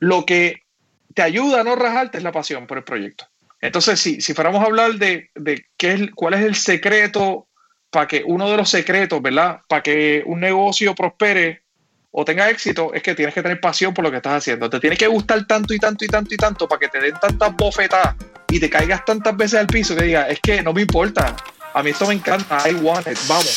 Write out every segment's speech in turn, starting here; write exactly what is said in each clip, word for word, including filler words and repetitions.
lo que te ayuda a no rajarte es la pasión por el proyecto. Entonces, si, si fuéramos a hablar de, de qué es, cuál es el secreto para que uno de los secretos, ¿verdad? Para que un negocio prospere o tenga éxito, es que tienes que tener pasión por lo que estás haciendo. Te tiene que gustar tanto y tanto y tanto y tanto para que te den tantas bofetadas y te caigas tantas veces al piso que digas, es que no me importa. A mí esto me encanta. I want it. Vamos.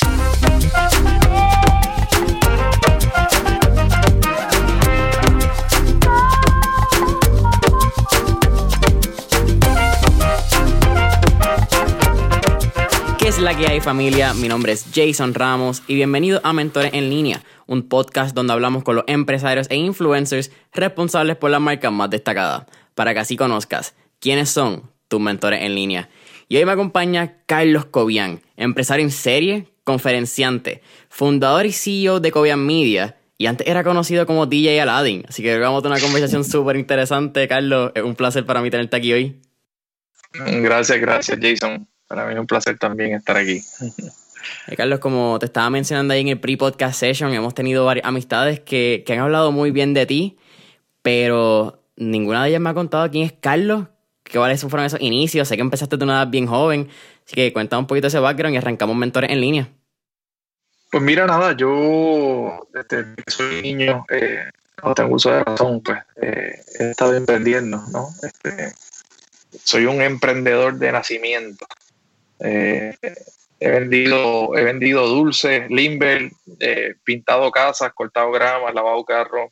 ¿Qué es la que hay, familia? Mi nombre es Jason Ramos y bienvenido a Mentores en Línea, un podcast donde hablamos con los empresarios e influencers responsables por las marcas más destacadas, para que así conozcas quiénes son tus mentores en línea. Y hoy me acompaña Carlos Cobian, empresario en serie, conferenciante, fundador y C E O de Cobian Media, y antes era conocido como D J Aladdin. Así que vamos a tener una conversación súper interesante, Carlos. Es un placer para mí tenerte aquí hoy. Gracias, gracias, Jason. Para mí es un placer también estar aquí. Eh, Carlos, como te estaba mencionando ahí en el pre-podcast session, hemos tenido varias amistades que, que han hablado muy bien de ti, pero ninguna de ellas me ha contado quién es Carlos, qué cuáles fueron esos inicios. Sé que empezaste de una edad bien joven, así que cuéntame un poquito ese background y arrancamos Mentores en Línea. Pues mira, nada, yo desde que soy niño, eh, no tengo uso de razón, pues eh, he estado emprendiendo, ¿no? Este, soy un emprendedor de nacimiento. Eh, he vendido he vendido dulces, Limber, eh, pintado casas, cortado gramas, lavado carros,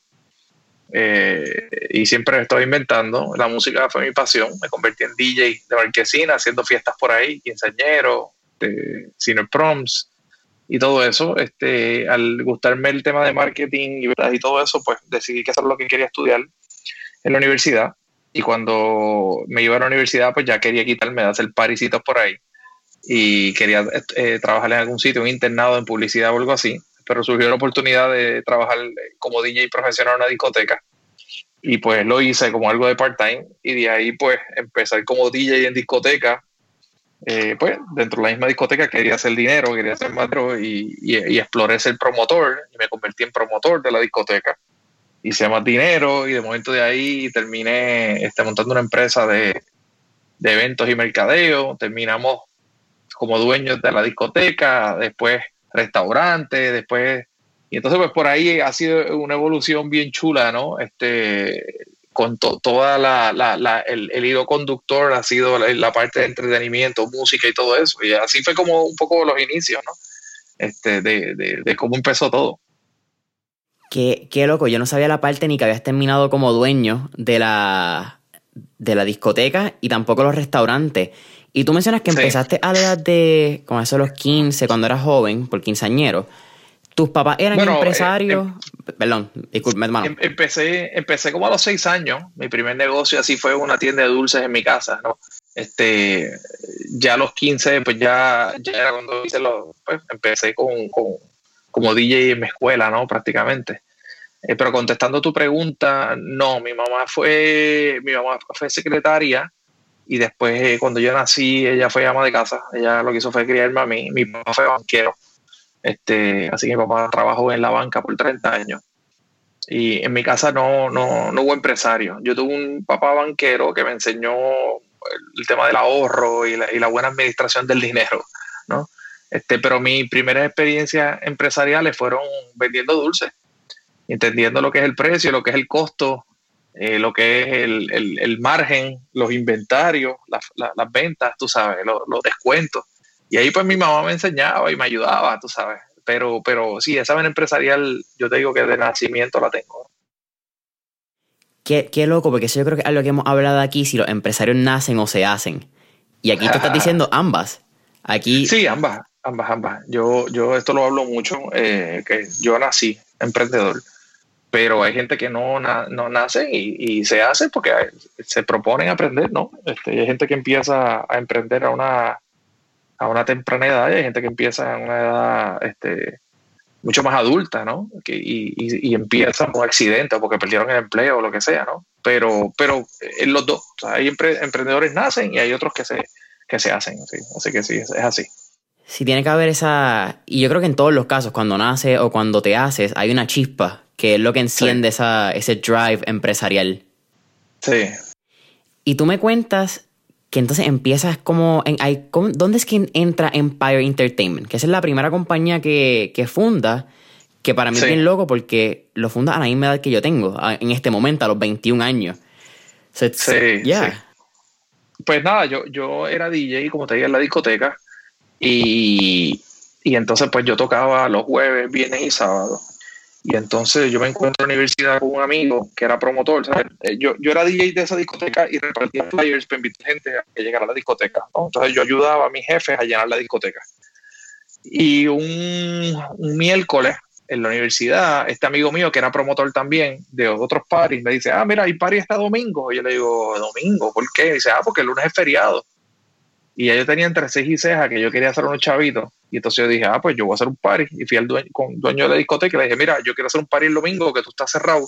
eh, y siempre estoy inventando. La música fue mi pasión. Me convertí en D J de marquesina, haciendo fiestas por ahí, quinceañeros, eh, cine proms y todo eso. Este, al gustarme el tema de marketing y, y todo eso, pues decidí que eso es lo que quería estudiar en la universidad. Y cuando me iba a la universidad, pues ya quería quitarme de hacer parisitos por ahí. Y quería eh, trabajar en algún sitio, un internado en publicidad o algo así, pero surgió la oportunidad de trabajar como D J profesional en una discoteca y pues lo hice como algo de part-time, y de ahí pues empezar como D J en discoteca. Eh, pues dentro de la misma discoteca quería hacer dinero, quería hacer más dinero, y, y, y exploré ser promotor y me convertí en promotor de la discoteca. Hice más dinero y de momento de ahí terminé este, montando una empresa de, de eventos y mercadeo. Terminamos como dueños de la discoteca, después restaurante, después... Y entonces pues por ahí ha sido una evolución bien chula, ¿no? Este, con to, toda la, la, la el, el hilo conductor ha sido la, la parte de entretenimiento, música y todo eso. Y así fue como un poco los inicios, ¿no? Este, de, de, de cómo empezó todo. Qué, qué loco, yo no sabía la parte ni que habías terminado como dueño de la, de la discoteca y tampoco los restaurantes. Y tú mencionas que sí. Empezaste a la edad de, como eso, los quince, cuando eras joven, por quinceañero. ¿Tus papás eran bueno, empresarios? Eh, eh, Perdón, disculpe, hermano. Empecé, empecé como a los seis años. Mi primer negocio así fue una tienda de dulces en mi casa, ¿no? Este, ya a los quince, pues ya, ya era cuando hice los, pues empecé con, con, como D J en mi escuela, ¿no? Prácticamente. Eh, pero contestando tu pregunta, no, mi mamá fue, mi mamá fue secretaria. Y después, eh, cuando yo nací, ella fue ama de casa. Ella lo que hizo fue criarme a mí. Mi papá fue banquero. Este, así que mi papá trabajó en la banca por treinta años. Y en mi casa no, no, no hubo empresario. Yo tuve un papá banquero que me enseñó el tema del ahorro y la, y la buena administración del dinero, ¿no? Este, pero mis primeras experiencias empresariales fueron vendiendo dulces, entendiendo lo que es el precio, lo que es el costo, Eh, lo que es el, el, el margen, los inventarios, la, la, las ventas, tú sabes, los, los descuentos. Y ahí pues mi mamá me enseñaba y me ayudaba, tú sabes. Pero, pero sí, esa vena empresarial, yo te digo que de nacimiento la tengo. Qué, qué loco, porque eso yo creo que es algo que hemos hablado aquí, si los empresarios nacen o se hacen. Y aquí tú estás diciendo ambas. Aquí... Sí, ambas, ambas, ambas. Yo, yo esto lo hablo mucho, eh, que yo nací emprendedor. Pero hay gente que no, na, no nace y, y se hace porque se proponen aprender, ¿no? Este, hay gente que empieza a emprender a una, a una temprana edad, y hay gente que empieza a una edad este, mucho más adulta, ¿no? Que, y, y, y empiezan con accidentes porque perdieron el empleo o lo que sea, ¿no? Pero, pero en los dos, o sea, hay empre, emprendedores nacen y hay otros que se, que se hacen, ¿sí? Así que sí, es, es así. Sí, tiene que haber esa... Y yo creo que en todos los casos, cuando naces o cuando te haces, hay una chispa que es lo que enciende Sí. esa, ese drive empresarial. Sí. Y tú me cuentas que entonces empiezas como... En, hay, ¿dónde es que entra Empire Entertainment? Que esa es la primera compañía que, que funda, que para mí Sí. es bien loco porque lo funda a la misma edad que yo tengo, a, en este momento, a los veintiún años. So Sí, yeah. sí. Pues nada, yo, yo era D J, como te dije, en la discoteca. Y, y entonces pues yo tocaba los jueves, viernes y sábados. Y entonces yo me encuentro en la universidad con un amigo que era promotor, ¿sabes? Yo, yo era D J de esa discoteca y repartía flyers para invitar gente a que llegara a la discoteca, ¿no? Entonces yo ayudaba a mis jefes a llenar la discoteca. Y un, un miércoles en la universidad, este amigo mío que era promotor también de otros parties, me dice, ah, mira, hay party este domingo. Y yo le digo, ¿domingo? ¿Por qué? Y dice, ah, porque el lunes es feriado. Y ya yo tenía entre ceja y ceja que yo quería hacer unos chavitos. Y entonces yo dije, ah, pues yo voy a hacer un party. Y fui al dueño, con dueño de la discoteca y le dije, mira, yo quiero hacer un party el domingo, que tú estás cerrado.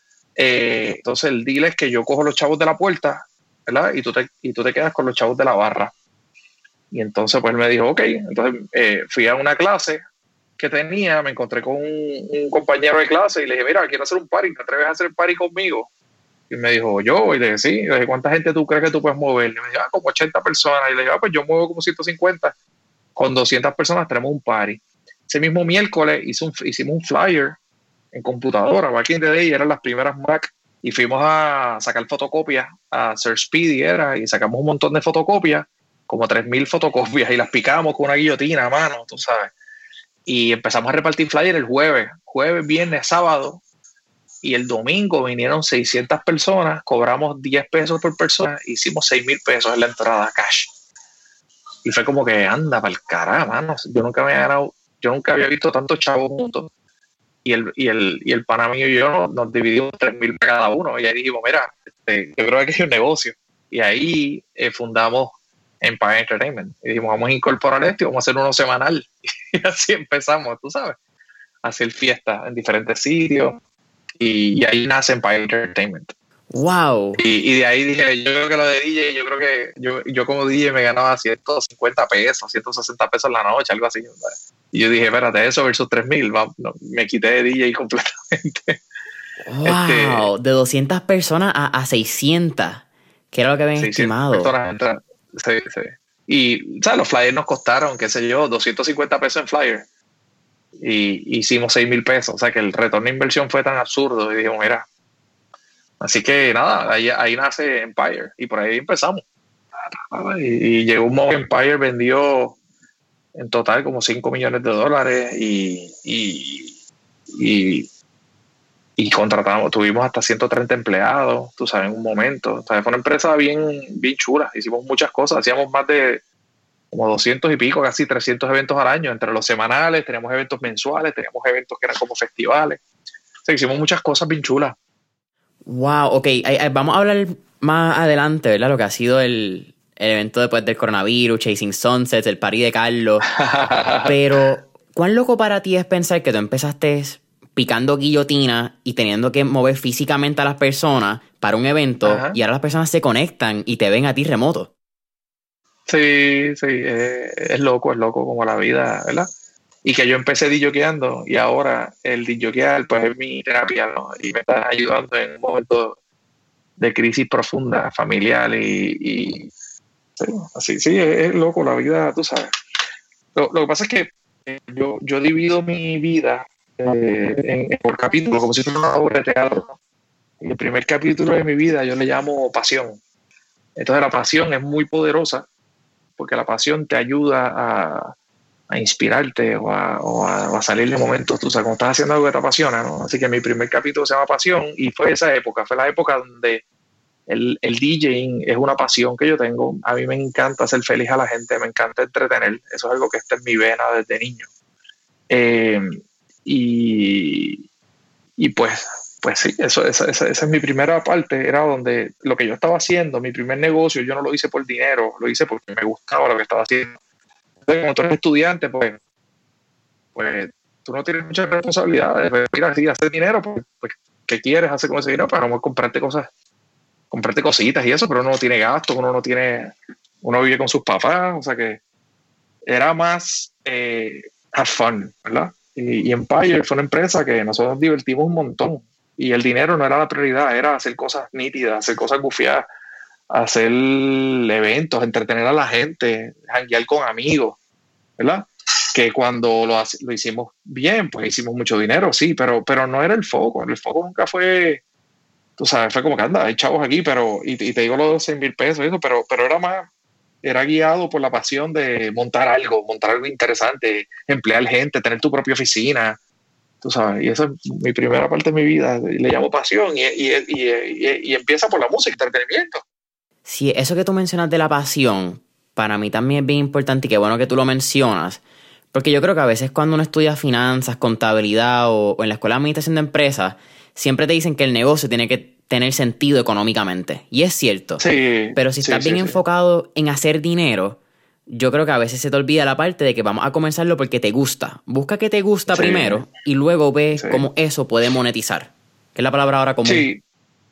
Eh, entonces el deal es que yo cojo los chavos de la puerta, ¿verdad? Y tú te, y tú te quedas con los chavos de la barra. Y entonces pues él me dijo, ok. Entonces eh, fui a una clase que tenía, me encontré con un, un compañero de clase y le dije, mira, quiero hacer un party, ¿te atreves a hacer el party conmigo? Y me dijo, yo, y le dije, sí. Y le dije, ¿cuánta gente tú crees que tú puedes mover? Y me dijo, ah, como ochenta personas. Y le dije, ah, pues yo muevo como ciento cincuenta. Con doscientas personas tenemos un party. Ese mismo miércoles hizo un, hicimos un flyer en computadora. Back in the day eran las primeras Mac. Y fuimos a sacar fotocopias a Sir Speedy, era, y sacamos un montón de fotocopias, como tres mil fotocopias, y las picamos con una guillotina a mano, tú sabes. Y empezamos a repartir flyer el jueves, jueves, viernes, sábado. Y el domingo vinieron seiscientas personas, cobramos diez pesos por persona, hicimos seis mil pesos en la entrada cash. Y fue como que anda para el carajo, mano. Yo nunca me había ganado, yo nunca había visto tantos chavos juntos. Y el, y el, y el pana mío y yo nos dividimos tres mil cada uno. Y ahí dijimos, mira, este, yo creo que es un negocio. Y ahí eh, fundamos Empire Entertainment. Y dijimos, vamos a incorporar esto y vamos a hacer uno semanal. Y así empezamos, tú sabes, a hacer fiestas en diferentes sitios. Y, y ahí nace Empire Entertainment. Wow. Y, y de ahí dije, yo creo que lo de D J, yo creo que yo, yo como D J me ganaba ciento cincuenta pesos, ciento sesenta pesos en la noche, algo así. ¿Sabes? Y yo dije, espérate, eso versus tres mil, no, me quité de D J completamente. Wow, este, de doscientas personas a, a seiscientas, que era lo que habían estimado. Personas entran, sí, sí. Y, ¿sabes? Los flyers nos costaron, qué sé yo, doscientos cincuenta pesos en flyers. Y hicimos seis mil pesos. O sea que el retorno de inversión fue tan absurdo. Y dijimos, mira. Así que nada, ahí, ahí nace Empire. Y por ahí empezamos. Y, y llegó un momento que Empire vendió en total como cinco millones de dólares. Y, y, y, y contratamos, tuvimos hasta ciento treinta empleados, tú sabes, en un momento. O sea, fue una empresa bien, bien chula. Hicimos muchas cosas. Hacíamos más de como doscientos y pico, casi trescientos eventos al año, entre los semanales, teníamos eventos mensuales, teníamos eventos que eran como festivales. O sea, hicimos muchas cosas bien chulas. Wow, ok, ay, ay, vamos a hablar más adelante, ¿verdad? Lo que ha sido el, el evento después del coronavirus, Chasing Sunsets, el party de Carlos. Pero, ¿cuán loco para ti es pensar que tú empezaste picando guillotina y teniendo que mover físicamente a las personas para un evento? Ajá. Y ahora las personas se conectan y te ven a ti remoto? Sí, sí, eh, es loco, es loco como la vida, ¿verdad? Y que yo empecé DJokeando y ahora el DJokear pues es mi terapia, ¿no? Y me está ayudando en un momento de crisis profunda, familiar y, y sí, así, sí, es, es loco la vida, tú sabes. Lo, lo que pasa es que eh, yo, yo divido mi vida eh, en, en por capítulos, como si fuera una obra de teatro, ¿no? Y el primer capítulo de mi vida yo le llamo pasión. Entonces la pasión es muy poderosa porque la pasión te ayuda a, a inspirarte o a, o, a, o a salir de momentos, tú sabes, cuando estás haciendo algo que te apasiona, ¿no? Así que mi primer capítulo se llama Pasión y fue esa época, fue la época donde el, el DJing es una pasión que yo tengo. A mí me encanta hacer feliz a la gente, me encanta entretener, eso es algo que está en mi vena desde niño. Eh, y, y pues, pues sí, eso, esa, esa, esa es mi primera parte, era donde lo que yo estaba haciendo, mi primer negocio, yo no lo hice por dinero, lo hice porque me gustaba lo que estaba haciendo. Entonces, cuando tú eres estudiante, pues, pues tú no tienes muchas responsabilidades. Pues, mira, si haces dinero, pues, pues, ¿qué quieres hacer con ese dinero? Para no comprarte cosas, comprarte cositas y eso, pero uno no tiene gastos, uno no tiene, uno vive con sus papás, o sea que era más eh, have fun, ¿verdad? Y, y Empire fue una empresa que nosotros nos divertimos un montón. Y el dinero no era la prioridad, era hacer cosas nítidas, hacer cosas gufiadas, hacer eventos, entretener a la gente, janguear con amigos, ¿verdad? Que cuando lo, lo hicimos bien, pues hicimos mucho dinero, sí, pero, pero no era el foco. El foco nunca fue, tú sabes, fue como que anda, hay chavos aquí, pero, y, y te digo los seis mil pesos, eso, pero, pero era más, era guiado por la pasión de montar algo, montar algo interesante, emplear gente, tener tu propia oficina, tú sabes, y esa es mi primera parte de mi vida, le llamo pasión, y, y, y, y, y empieza por la música, entretenimiento. Sí, eso que tú mencionas de la pasión, para mí también es bien importante y qué bueno que tú lo mencionas, porque yo creo que a veces cuando uno estudia finanzas, contabilidad o, o en la escuela de administración de empresas, siempre te dicen que el negocio tiene que tener sentido económicamente, y es cierto, sí, pero si sí, estás sí, bien sí. enfocado en hacer dinero, yo creo que a veces se te olvida la parte de que vamos a comenzarlo porque te gusta. Busca que te gusta Sí, primero y luego ve sí. cómo eso puede monetizar. ¿Qué es la palabra ahora común? Sí,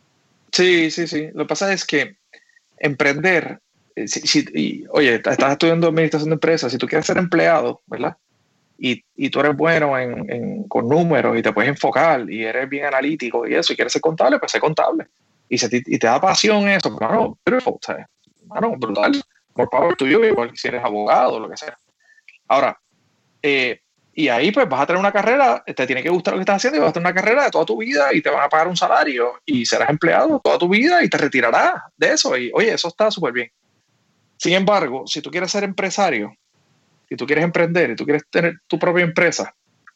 sí, sí, sí. Lo que pasa es que emprender, si, si, y, oye, estás estudiando administración de empresas, si tú quieres ser empleado, ¿verdad? Y, y tú eres bueno en, en, con números y te puedes enfocar y eres bien analítico y eso, y quieres ser contable, pues sé contable. Y, se, y te da pasión eso, claro, beautiful, ¿sabes? Bueno, brutal. Por power tuyo, igual si eres abogado, lo que sea. Ahora, eh, y ahí pues vas a tener una carrera, te tiene que gustar lo que estás haciendo y vas a tener una carrera de toda tu vida y te van a pagar un salario y serás empleado toda tu vida y te retirarás de eso. Y oye, eso está súper bien. Sin embargo, si tú quieres ser empresario, si tú quieres emprender y tú quieres tener tu propia empresa,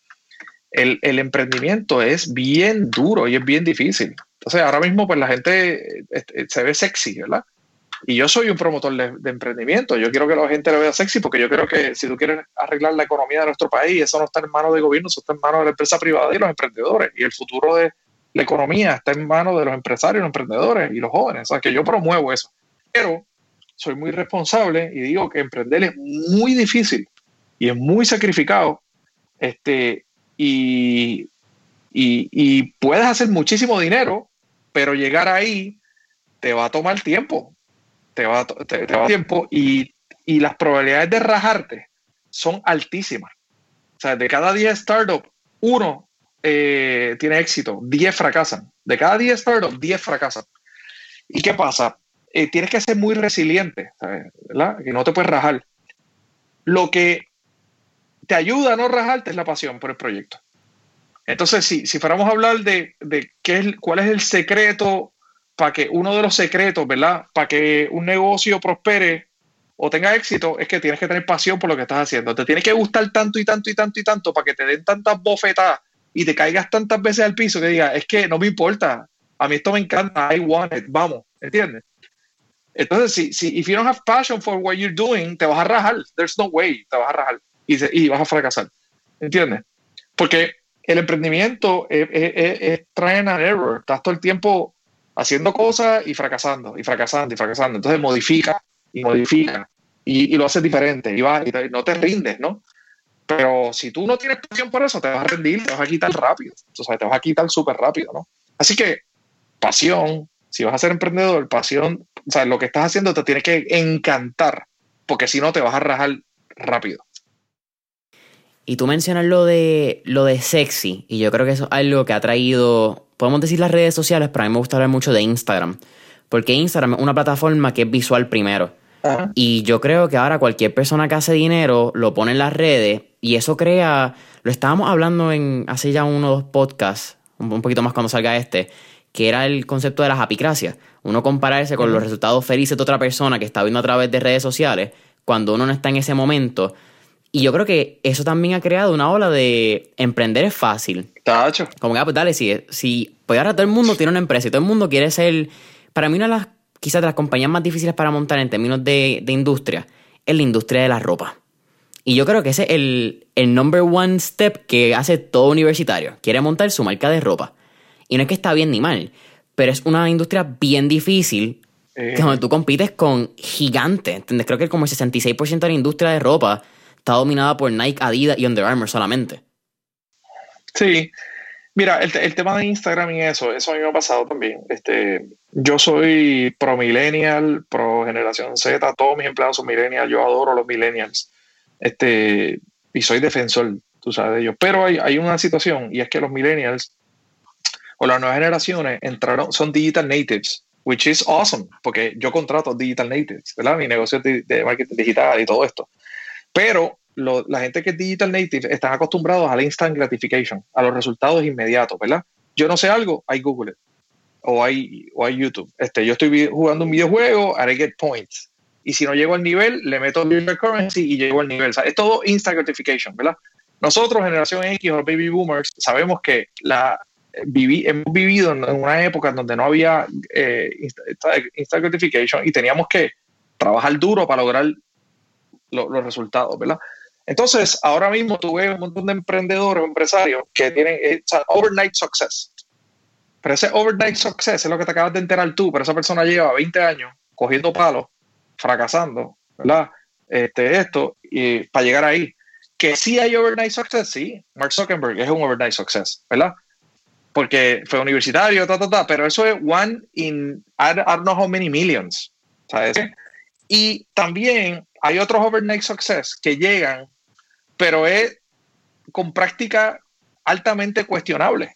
el, el emprendimiento es bien duro y es bien difícil. Entonces, ahora mismo pues la gente se ve sexy, ¿verdad? Y yo soy un promotor de, de emprendimiento. Yo quiero que la gente lo vea sexy porque yo creo que si tú quieres arreglar la economía de nuestro país, eso no está en manos del gobierno, eso está en manos de la empresa privada y los emprendedores. Y el futuro de la economía está en manos de los empresarios, los emprendedores y los jóvenes. O sea, que yo promuevo eso. Pero soy muy responsable y digo que emprender es muy difícil y es muy sacrificado. Este, y, y, y puedes hacer muchísimo dinero, pero llegar ahí te va a tomar tiempo. Te va, te, te va tiempo y, y las probabilidades de rajarte son altísimas. O sea, de cada diez startups, uno eh, tiene éxito, diez fracasan. De cada diez startups, diez fracasan. ¿Y qué pasa? Eh, tienes que ser muy resiliente, ¿sabes? ¿Verdad? Que no te puedes rajar. Lo que te ayuda a no rajarte es la pasión por el proyecto. Entonces, si, si fuéramos a hablar de, de qué es, cuál es el secreto para que uno de los secretos, ¿verdad? Para que un negocio prospere o tenga éxito, es que tienes que tener pasión por lo que estás haciendo. Te tiene que gustar tanto y tanto y tanto y tanto para que te den tantas bofetadas y te caigas tantas veces al piso que digas, es que no me importa, a mí esto me encanta, I want it, vamos, ¿entiendes? Entonces, si, si if you don't have passion for what you're doing, te vas a rajar. There's no way, te vas a rajar y, se, y vas a fracasar, ¿entiendes? Porque el emprendimiento es, es, es, es trial and error. Estás todo el tiempo haciendo cosas y fracasando, y fracasando, y fracasando. Entonces modifica, y modifica, y, y lo haces diferente, y, vas, y te, no te rindes, ¿no? Pero si tú no tienes pasión por eso, te vas a rendir, te vas a quitar rápido. O sea, te vas a quitar súper rápido, ¿no? Así que, pasión, si vas a ser emprendedor, pasión, o sea, lo que estás haciendo te tiene que encantar, porque si no te vas a rajar rápido. Y tú mencionas lo de, lo de sexy, y yo creo que eso es algo que ha traído, podemos decir las redes sociales, pero a mí me gusta hablar mucho de Instagram, porque Instagram es una plataforma que es visual primero. Ajá. Y yo creo que ahora cualquier persona que hace dinero lo pone en las redes, y eso crea, lo estábamos hablando en hace ya uno o dos podcasts, un, un poquito más cuando salga este, que era el concepto de la japicracia. Uno compararse con uh-huh. los resultados felices de otra persona que está viendo a través de redes sociales, cuando uno no está en ese momento. Y yo creo que eso también ha creado una ola de emprender es fácil. Tacho. Como que, ah, pues dale, si, si pues ahora todo el mundo tiene una empresa y todo el mundo quiere ser, para mí una de las, quizás de las compañías más difíciles para montar en términos de, de industria, es la industria de la ropa. Y yo creo que ese es el, el number one step que hace todo universitario. Quiere montar su marca de ropa. Y no es que está bien ni mal, pero es una industria bien difícil eh. donde tú compites con gigantes. ¿Entendés? Creo que como el sesenta y seis por ciento de la industria de ropa está dominada por Nike, Adidas y Under Armour solamente. Sí. Mira, el, el tema de Instagram y eso, eso a mí me ha pasado también. Este, yo soy pro millennial, pro generación Z, todos mis empleados son millennials, yo adoro los millennials. Este, y soy defensor tú sabes, de ellos. Pero hay, hay una situación, y es que los millennials o las nuevas generaciones entraron, son digital natives, which is awesome, porque yo contrato digital natives, ¿verdad? Mi negocio es de, de marketing digital y todo esto. Pero lo, la gente que es digital native están acostumbrados a la instant gratification, a los resultados inmediatos, ¿verdad? Yo no sé algo, hay Google o hay, o hay YouTube. Este, yo estoy jugando un videojuego, I get points. Y si no llego al nivel, le meto virtual currency y llego al nivel. O sea, es todo instant gratification, ¿verdad? Nosotros, generación X o baby boomers, sabemos que la, viví, hemos vivido en una época donde no había eh, instant gratification y teníamos que trabajar duro para lograr lo, los resultados, ¿verdad? Entonces, ahora mismo tú ves un montón de emprendedores o empresarios que tienen eh, overnight success. Pero ese overnight success es lo que te acabas de enterar tú, pero esa persona lleva veinte años cogiendo palos, fracasando, ¿verdad? Este, esto, y para llegar ahí. Que sí hay overnight success, sí. Mark Zuckerberg es un overnight success, ¿verdad? Porque fue universitario, ta, ta, ta, pero eso es one in, I don't know how many millions, ¿sabes? Y también hay otros overnight success que llegan, pero es con práctica altamente cuestionable,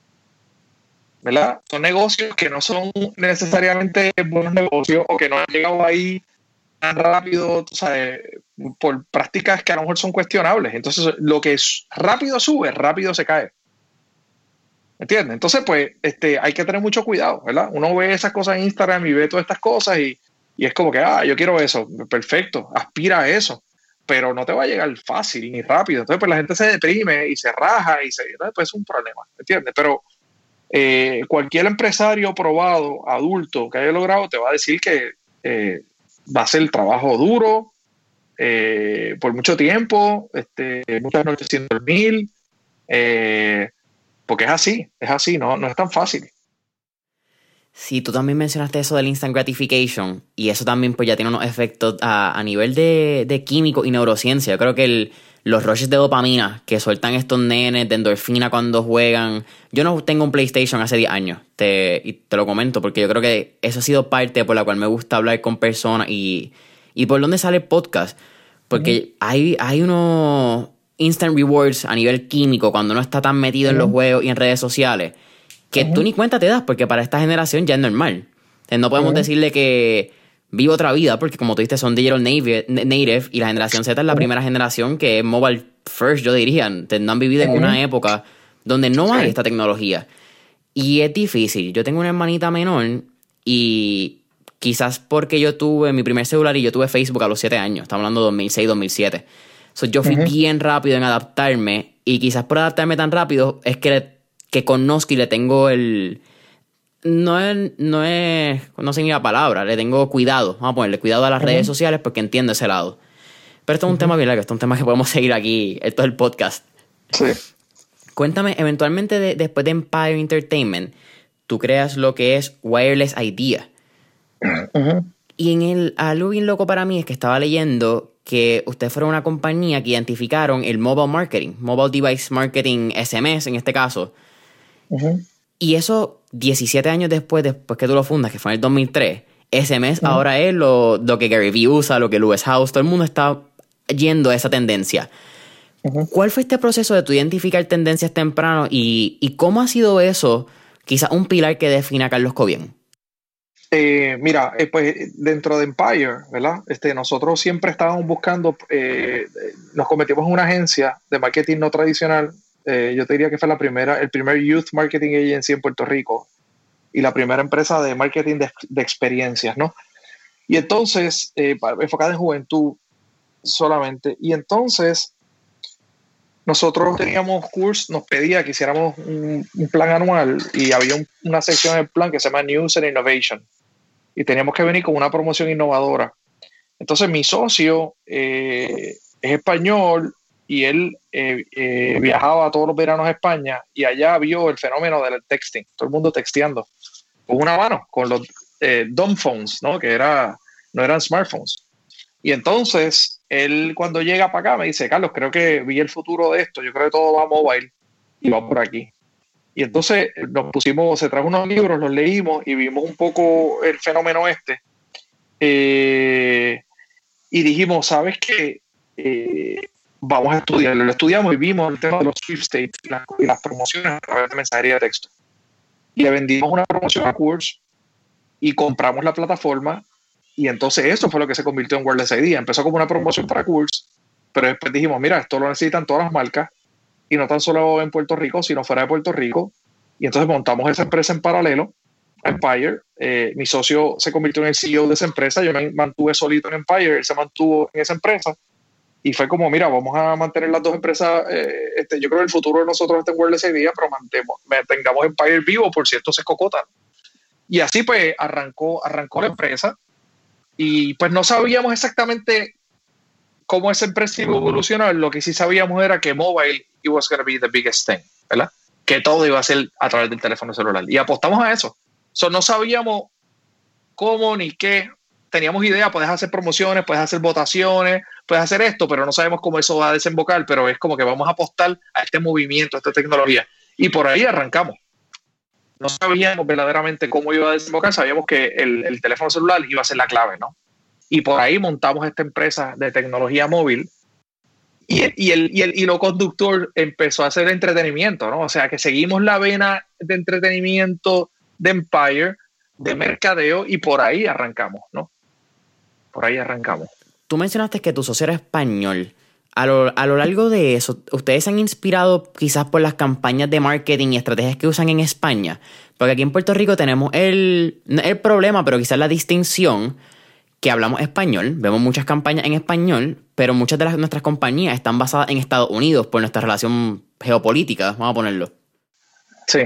¿verdad? Son negocios que no son necesariamente buenos negocios o que no han llegado ahí tan rápido, tú sabes, por prácticas que a lo mejor son cuestionables. Entonces, lo que es rápido sube, rápido se cae. ¿Entiendes? Entonces, pues, este, hay que tener mucho cuidado, ¿verdad? Uno ve esas cosas en Instagram y ve todas estas cosas y, y es como que, ah, yo quiero eso. Perfecto, aspira a eso. Pero no te va a llegar fácil ni rápido. Entonces, pues, la gente se deprime y se raja y se, ¿no? Pues es un problema, ¿entiendes? Pero eh, cualquier empresario probado, adulto, que haya logrado, te va a decir que eh, va a ser trabajo duro, eh, por mucho tiempo, este, muchas noches sin dormir, eh, porque es así, es así, no, no es tan fácil. Sí, tú también mencionaste eso del instant gratification y eso también pues ya tiene unos efectos a, a nivel de, de químico y neurociencia. Yo creo que el, los rushes de dopamina que sueltan estos nenes de endorfina cuando juegan. Yo no tengo un PlayStation hace diez años te, y te lo comento porque yo creo que eso ha sido parte por la cual me gusta hablar con personas y, y por dónde sale el podcast. Porque uh-huh. hay, hay unos instant rewards a nivel químico cuando uno está tan metido uh-huh. en los juegos y en redes sociales que uh-huh. tú ni cuenta te das, porque para esta generación ya es normal. Entonces no podemos uh-huh. decirle que vive otra vida, porque como tú dijiste, son digital native, native y la generación Z es la uh-huh. primera generación que es mobile first, yo diría. Entonces no han vivido uh-huh. en una época donde no hay esta tecnología. Y es difícil. Yo tengo una hermanita menor y quizás porque yo tuve mi primer celular y yo tuve Facebook a los siete años. Estamos hablando de dos mil seis, dos mil siete. So, yo fui uh-huh. bien rápido en adaptarme y quizás por adaptarme tan rápido es que que conozco y le tengo el... No es, no es... No sé ni la palabra. Le tengo cuidado. Vamos a ponerle cuidado a las uh-huh. redes sociales porque entiendo ese lado. Pero esto es un uh-huh. tema bien largo. Esto es un tema que podemos seguir aquí. Esto es el podcast. Sí. Cuéntame, eventualmente de, después de Empire Entertainment, tú creas lo que es Wireless Idea. Uh-huh. Y en el... Algo bien loco para mí es que estaba leyendo que ustedes fueron una compañía que identificaron el mobile marketing. Mobile Device Marketing, S M S en este caso. Uh-huh. Y eso diecisiete años después, después que tú lo fundas, que fue en el dos mil tres, S M S uh-huh. ahora es lo, lo que Gary Vee usa, lo que Lewis House, todo el mundo está yendo a esa tendencia. Uh-huh. ¿Cuál fue este proceso de tú identificar tendencias temprano y, y cómo ha sido eso, quizás un pilar que define a Carlos Cobian? Eh, mira, eh, pues dentro de Empire, ¿verdad? Este, nosotros siempre estábamos buscando, eh, nos convertimos en una agencia de marketing no tradicional. Eh, yo te diría que fue la primera, el primer Youth Marketing Agency en Puerto Rico y la primera empresa de marketing de, de experiencias, ¿no? Y entonces, eh, enfocada en juventud solamente. Y entonces, nosotros teníamos cursos, nos pedía que hiciéramos un, un plan anual y había un, una sección del plan que se llama News and Innovation. Y teníamos que venir con una promoción innovadora. Entonces, mi socio eh, es español y él eh, eh, viajaba todos los veranos a España y allá vio el fenómeno del texting, todo el mundo texteando con una mano, con los eh, dumb phones, ¿no? Que era, no eran smartphones. Y entonces él cuando llega para acá me dice, Carlos, creo que vi el futuro de esto, yo creo que todo va mobile y va por aquí. Y entonces nos pusimos, se trajo unos libros, los leímos y vimos un poco el fenómeno este eh, y dijimos, ¿sabes qué? Eh, vamos a estudiarlo. Lo estudiamos y vimos el tema de los sweepstakes y las, y las promociones a través de mensajería de texto. Y le vendimos una promoción a Coors y compramos la plataforma, y entonces eso fue lo que se convirtió en Wireless I D. Empezó como una promoción para Coors, pero después dijimos, mira, esto lo necesitan todas las marcas, y no tan solo en Puerto Rico, sino fuera de Puerto Rico. Y entonces montamos esa empresa en paralelo, Empire. Eh, mi socio se convirtió en el C E O de esa empresa, yo me mantuve solito en Empire, él se mantuvo en esa empresa, y fue como, mira, vamos a mantener las dos empresas. Eh, este, yo creo que el futuro de nosotros está en Wireless I D, pero mantemos, mantengamos Empire vivo por si esto se escocota. Y así pues arrancó, arrancó la empresa, y pues no sabíamos exactamente cómo esa empresa iba a evolucionar. Lo que sí sabíamos era que mobile it was going to be the biggest thing, ¿verdad? Que todo iba a ser a través del teléfono celular, y apostamos a eso. So, no sabíamos cómo ni qué. Teníamos idea, puedes hacer promociones, puedes hacer votaciones, puedes hacer esto, pero no sabemos cómo eso va a desembocar, pero es como que vamos a apostar a este movimiento, a esta tecnología, y por ahí arrancamos. No sabíamos verdaderamente cómo iba a desembocar, sabíamos que el, el teléfono celular iba a ser la clave, ¿no? Y por ahí montamos esta empresa de tecnología móvil, y el, y el, y el hilo conductor empezó a hacer entretenimiento, ¿no? O sea, que seguimos la vena de entretenimiento de Empire, de mercadeo, y por ahí arrancamos, ¿no? Por ahí arrancamos. Tú mencionaste que tu socio era español. A lo, a lo largo de eso, ¿ustedes se han inspirado quizás por las campañas de marketing y estrategias que usan en España? Porque aquí en Puerto Rico tenemos el, el problema, pero quizás la distinción, que hablamos español, vemos muchas campañas en español, pero muchas de las, nuestras compañías están basadas en Estados Unidos por nuestra relación geopolítica, vamos a ponerlo. Sí.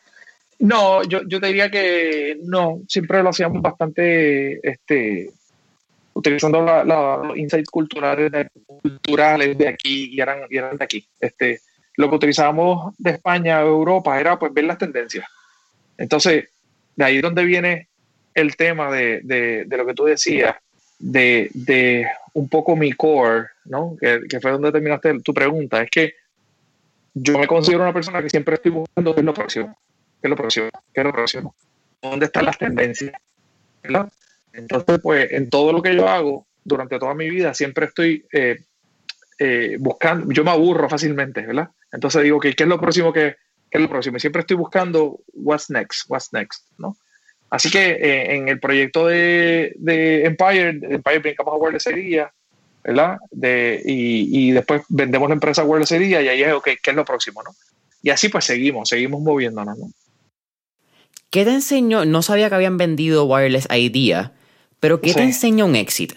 No, yo, yo te diría que no, siempre lo hacíamos bastante, este, utilizando la, la, los insights culturales de, culturales de aquí, y eran, y eran de aquí. Este, lo que utilizábamos de España o Europa era pues ver las tendencias. Entonces, de ahí es donde viene el tema de, de, de lo que tú decías, de, de un poco mi core, ¿no? Que, que fue donde terminaste tu pregunta. Es que yo me considero una persona que siempre estoy buscando qué es lo próximo. ¿Qué es lo próximo? ¿Qué es lo próximo? ¿Dónde están las tendencias? ¿Verdad? Entonces, pues, en todo lo que yo hago durante toda mi vida, siempre estoy eh, eh, buscando. Yo me aburro fácilmente, ¿verdad? Entonces digo, okay, ¿qué es lo próximo? ¿Qué, qué es lo próximo? Y siempre estoy buscando what's next, what's next, ¿no? Así que eh, en el proyecto de, de Empire, de Empire brincamos a Wireless I D, ¿verdad? De, y, y después vendemos la empresa Wireless I D, y ahí es, ok, ¿qué es lo próximo, no? Y así pues seguimos, seguimos moviéndonos, ¿no? ¿Qué te enseñó? No sabía que habían vendido Wireless Idea, pero ¿qué sí. te enseñó un exit?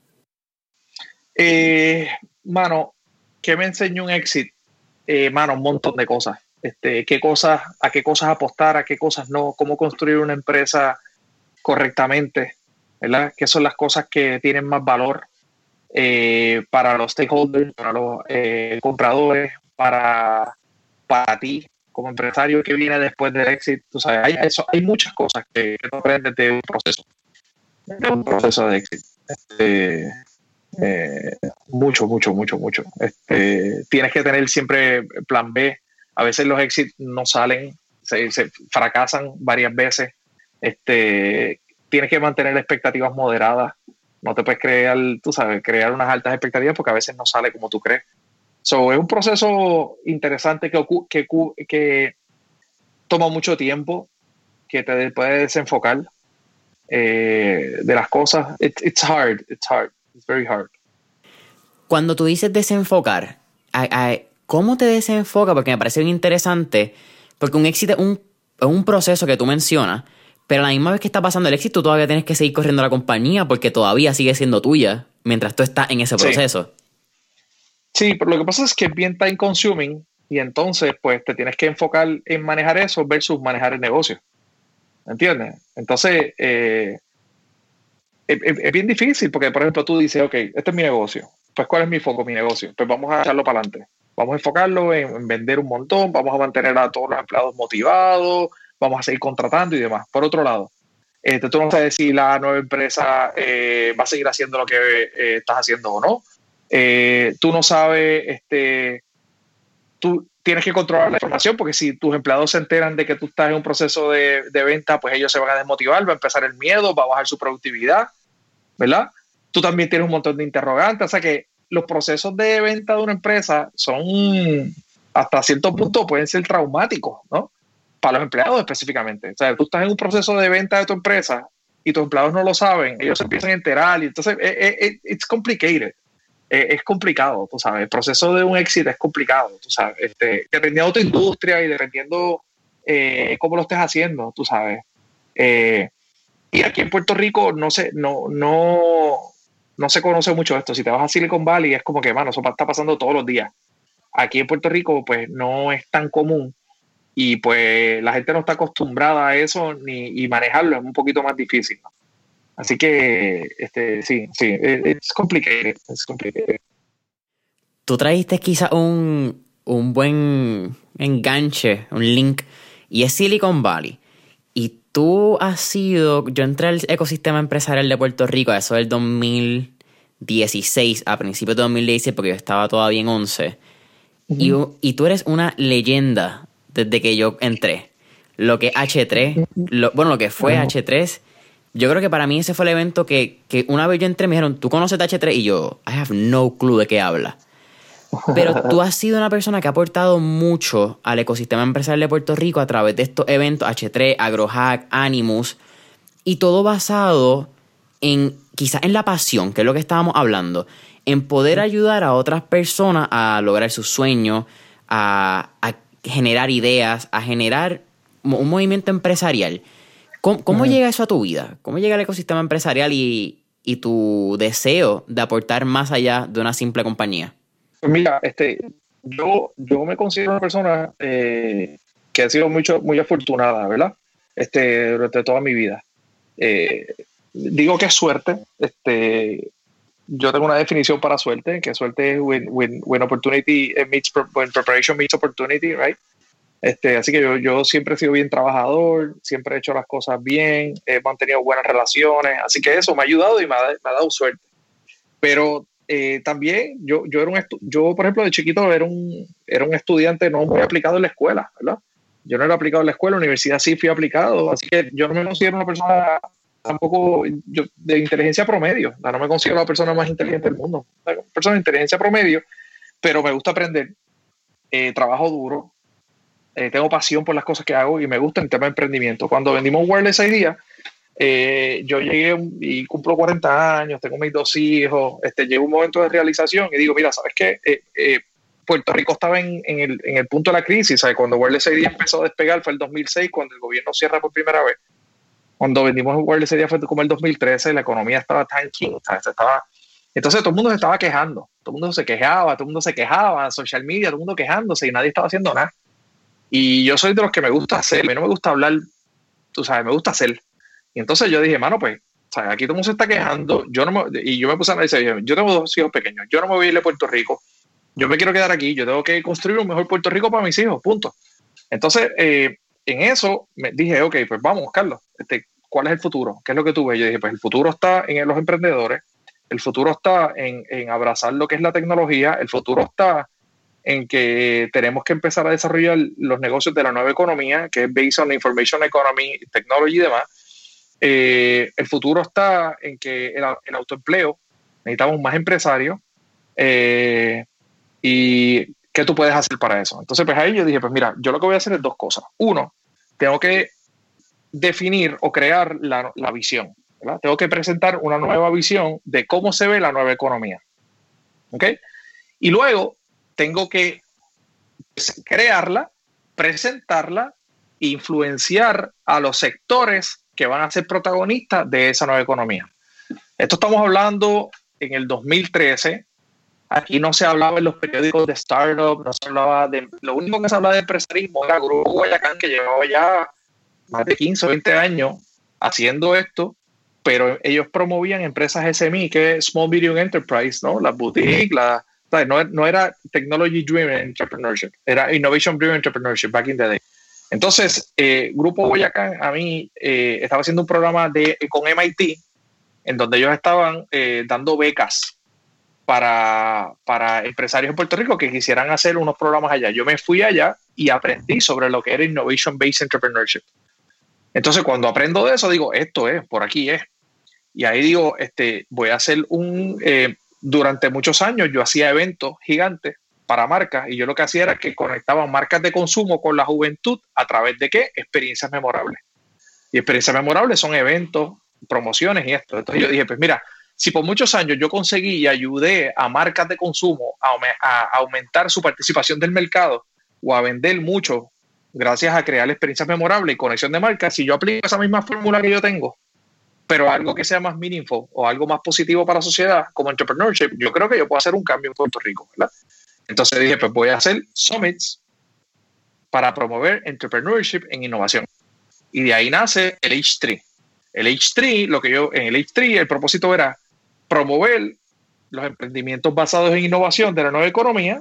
Eh, mano, ¿qué me enseñó un exit? Eh, mano, un montón de cosas. Este, qué cosas, a qué cosas apostar, a qué cosas no, cómo construir una empresa correctamente, ¿verdad? ¿Qué son las cosas que tienen más valor eh, para los stakeholders, para los eh, compradores, para, para ti como empresario que viene después del exit? Tú sabes, hay, eso, hay muchas cosas que, que tú aprendes de un proceso, de un proceso de exit. Este, eh, mucho, mucho, mucho, mucho. Este, tienes que tener siempre plan B. A veces los exits no salen, se, se fracasan varias veces. Este, tienes que mantener expectativas moderadas. No te puedes crear, tú sabes, crear unas altas expectativas porque a veces no sale como tú crees. So, es un proceso interesante que, que, que toma mucho tiempo, que te puede desenfocar eh, de las cosas. It, it's hard, it's hard, it's very hard. Cuando tú dices desenfocar, I, I, ¿cómo te desenfoca? Porque me parece bien interesante, porque un éxito es un, es un proceso que tú mencionas, pero a la misma vez que está pasando el éxito, tú todavía tienes que seguir corriendo la compañía porque todavía sigue siendo tuya mientras tú estás en ese proceso. Sí. Sí, pero lo que pasa es que es bien time consuming, y entonces pues te tienes que enfocar en manejar eso versus manejar el negocio. ¿Entiendes? Entonces eh, es, es bien difícil porque, por ejemplo, tú dices, ok, este es mi negocio. Pues ¿cuál es mi foco, mi negocio? Pues vamos a echarlo para adelante. Vamos a enfocarlo en, en vender un montón, vamos a mantener a todos los empleados motivados, vamos a seguir contratando y demás. Por otro lado, este, tú no sabes si la nueva empresa eh, va a seguir haciendo lo que eh, estás haciendo o no. Eh, tú no sabes, este, tú tienes que controlar la información porque si tus empleados se enteran de que tú estás en un proceso de, de venta, pues ellos se van a desmotivar, va a empezar el miedo, va a bajar su productividad, ¿verdad? Tú también tienes un montón de interrogantes, o sea que los procesos de venta de una empresa son, hasta cierto punto, pueden ser traumáticos, ¿no? Para los empleados específicamente. O sea, tú estás en un proceso de venta de tu empresa y tus empleados no lo saben, ellos se empiezan a enterar y entonces it, it, it's complicated. Es complicado, tú sabes. El proceso de un éxito es complicado, tú sabes. Este, dependiendo de tu industria y dependiendo eh, cómo lo estés haciendo, tú sabes. Eh, y aquí en Puerto Rico no se, no, no, no se conoce mucho esto. Si te vas a Silicon Valley es como que, mano, eso está pasando todos los días. Aquí en Puerto Rico, pues, no es tan común y, pues, la gente no está acostumbrada a eso ni, y manejarlo es un poquito más difícil, ¿no? Así que, este, sí, sí, es complicado, es complicado. Tú trajiste quizá un, un buen enganche, un link, y es Silicon Valley. Y tú has sido, yo entré al ecosistema empresarial de Puerto Rico a eso del dos mil dieciséis, a principios de dos mil dieciséis, porque yo estaba todavía en once. Uh-huh. y, y tú eres una leyenda desde que yo entré. Lo que H tres, lo, bueno, lo que fue uh-huh. H tres... Yo creo que para mí ese fue el evento que, que una vez yo entré me dijeron, ¿tú conoces de H tres? Y yo, I have no clue de qué habla. Pero tú has sido una persona que ha aportado mucho al ecosistema empresarial de Puerto Rico a través de estos eventos, H tres, AgroHack, Animus, y todo basado en, quizás en la pasión, que es lo que estábamos hablando, en poder ayudar a otras personas a lograr sus sueños, a, a generar ideas, a generar un movimiento empresarial. ¿Cómo, cómo uh-huh. llega eso a tu vida? ¿Cómo llega el ecosistema empresarial y, y tu deseo de aportar más allá de una simple compañía? Pues mira, este, yo, yo me considero una persona eh, que ha sido mucho, muy afortunada, ¿verdad? Este, durante toda mi vida. Eh, digo que es suerte. Este, yo tengo una definición para suerte, que suerte es when, when, when opportunity meets, when preparation meets opportunity, right? Este, así que yo, yo siempre he sido bien trabajador, siempre he hecho las cosas bien, he mantenido buenas relaciones, así que eso me ha ayudado y me ha, me ha dado suerte. Pero eh, también yo, yo, era un estu- yo, por ejemplo, de chiquito era un, era un estudiante no muy aplicado en la escuela, ¿verdad? Yo no era aplicado en la escuela, en la universidad sí fui aplicado, así que yo no me considero una persona tampoco yo, de inteligencia promedio, no me considero la persona más inteligente del mundo, una persona de inteligencia promedio, pero me gusta aprender, eh, trabajo duro. Eh, tengo pasión por las cosas que hago y me gusta el tema de emprendimiento. Cuando vendimos Wireless Idea, eh, yo llegué y cumplo cuarenta años, tengo mis dos hijos, este, llego a un momento de realización y digo, mira, ¿sabes qué? Eh, eh, Puerto Rico estaba en, en, el, en el punto de la crisis, ¿sabes? Cuando Wireless Idea empezó a despegar fue el dos mil seis, cuando el gobierno cierra por primera vez. Cuando vendimos Wireless Idea fue como el dos mil trece, la economía estaba tanking, ¿sabes? Estaba... Entonces todo el mundo se estaba quejando, todo el mundo se quejaba, todo el mundo se quejaba, social media, todo el mundo quejándose y nadie estaba haciendo nada. Y yo soy de los que me gusta hacer, a mí no me gusta hablar, tú sabes, me gusta hacer. Y entonces yo dije, mano, pues, ¿sabes? Aquí todo el mundo se está quejando, yo no me, y yo me puse a analizar, yo tengo dos hijos pequeños, yo no me voy a ir a Puerto Rico, yo me quiero quedar aquí, yo tengo que construir un mejor Puerto Rico para mis hijos, punto. Entonces, eh, en eso me dije, ok, pues vamos, Carlos, este, ¿cuál es el futuro? ¿Qué es lo que tú ves? Yo dije, pues el futuro está en los emprendedores, el futuro está en, en abrazar lo que es la tecnología, el futuro está en que tenemos que empezar a desarrollar los negocios de la nueva economía, que es based on information economy, technology y demás. Eh, el futuro está en que el, el autoempleo, necesitamos más empresarios. Eh, ¿Y qué tú puedes hacer para eso? Entonces, pues ahí yo dije, pues mira, yo lo que voy a hacer es dos cosas. Uno, tengo que definir o crear la, la visión, ¿verdad? Tengo que presentar una nueva visión de cómo se ve la nueva economía. ¿Ok? Y luego tengo que crearla, presentarla e influenciar a los sectores que van a ser protagonistas de esa nueva economía. Esto estamos hablando en el dos mil trece. Aquí no se hablaba en los periódicos de startup, no se hablaba de... Lo único que se hablaba de empresarismo era Grupo Guayacán, que llevaba ya más de quince o veinte años haciendo esto, pero ellos promovían empresas S M E, que es Small Medium Enterprise, ¿no? Las boutiques, la... No, no era technology driven entrepreneurship, era innovation driven entrepreneurship back in the day. Entonces, eh, Grupo Boyacán a mí eh, estaba haciendo un programa de, con M I T en donde ellos estaban eh, dando becas para, para empresarios en Puerto Rico que quisieran hacer unos programas allá. Yo me fui allá y aprendí sobre lo que era innovation based entrepreneurship. Entonces, cuando aprendo de eso, digo, esto es, por aquí es. Y ahí digo, este, voy a hacer un... Eh, durante muchos años yo hacía eventos gigantes para marcas y yo lo que hacía era que conectaba marcas de consumo con la juventud a través de ¿qué? Experiencias memorables. Y experiencias memorables son eventos, promociones y esto. Entonces yo dije, pues mira, si por muchos años yo conseguí y ayudé a marcas de consumo a, a aumentar su participación del mercado o a vender mucho gracias a crear experiencias memorables y conexión de marcas, si yo aplico esa misma fórmula que yo tengo, pero algo que sea más meaningful o algo más positivo para la sociedad como entrepreneurship, yo creo que yo puedo hacer un cambio en Puerto Rico, ¿verdad? Entonces dije, pues voy a hacer summits para promover entrepreneurship en innovación. Y de ahí nace el H tres. El H tres, lo que yo, en el H tres, el propósito era promover los emprendimientos basados en innovación de la nueva economía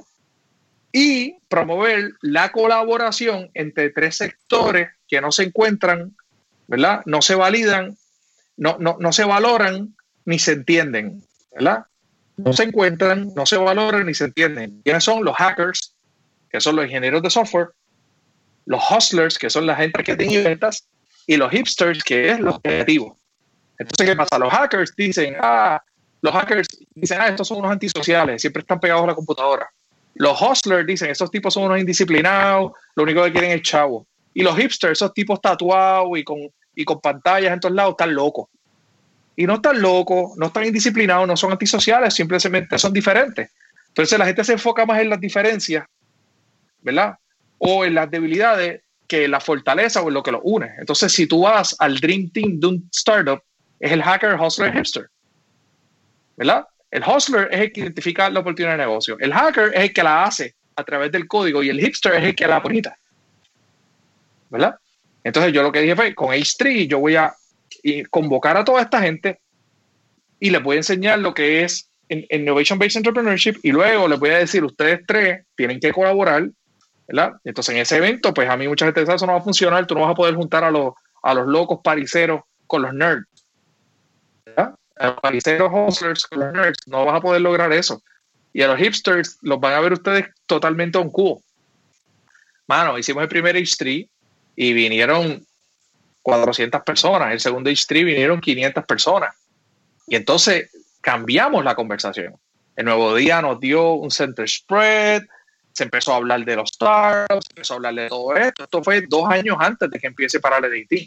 y promover la colaboración entre tres sectores que no se encuentran, ¿verdad? No se validan, no, no, no se valoran ni se entienden, ¿verdad? No se encuentran, no se valoran ni se entienden. ¿Quiénes son? Los hackers, que son los ingenieros de software, los hustlers, que son la gente que tiene ventas, y los hipsters, que es los creativos. Entonces, ¿qué pasa? Los hackers dicen, ah, los hackers dicen, ah, estos son unos antisociales, siempre están pegados a la computadora. Los hustlers dicen, esos tipos son unos indisciplinados, lo único que quieren es chavo. Y los hipsters, esos tipos tatuados y con, y con pantallas en todos lados, están locos. Y no están locos, no están indisciplinados, no son antisociales, simplemente son diferentes. Entonces la gente se enfoca más en las diferencias, ¿verdad? O en las debilidades que en la fortaleza o en lo que los une. Entonces, si tú vas al Dream Team de un startup, es el hacker, hustler, hipster, ¿verdad? El hustler es el que identifica la oportunidad de negocio. El hacker es el que la hace a través del código y el hipster es el que la bonita, ¿verdad? Entonces, yo lo que dije fue, con H tres yo voy a y convocar a toda esta gente y les voy a enseñar lo que es Innovation Based Entrepreneurship y luego les voy a decir, ustedes tres tienen que colaborar, ¿verdad? Entonces en ese evento, pues a mí mucha gente dice, eso no va a funcionar, tú no vas a poder juntar a los, a los locos pariseros con los nerds, ¿verdad? A los pariseros hustlers con los nerds, no vas a poder lograr eso. Y a los hipsters los van a ver ustedes totalmente on cool. Mano, hicimos el primer H tres y vinieron cuatrocientas personas, el segundo H tres vinieron quinientas personas. Y entonces cambiamos la conversación. El Nuevo Día nos dio un center spread, se empezó a hablar de los startups, se empezó a hablar de todo esto. Esto fue dos años antes de que empiece Parallel A T.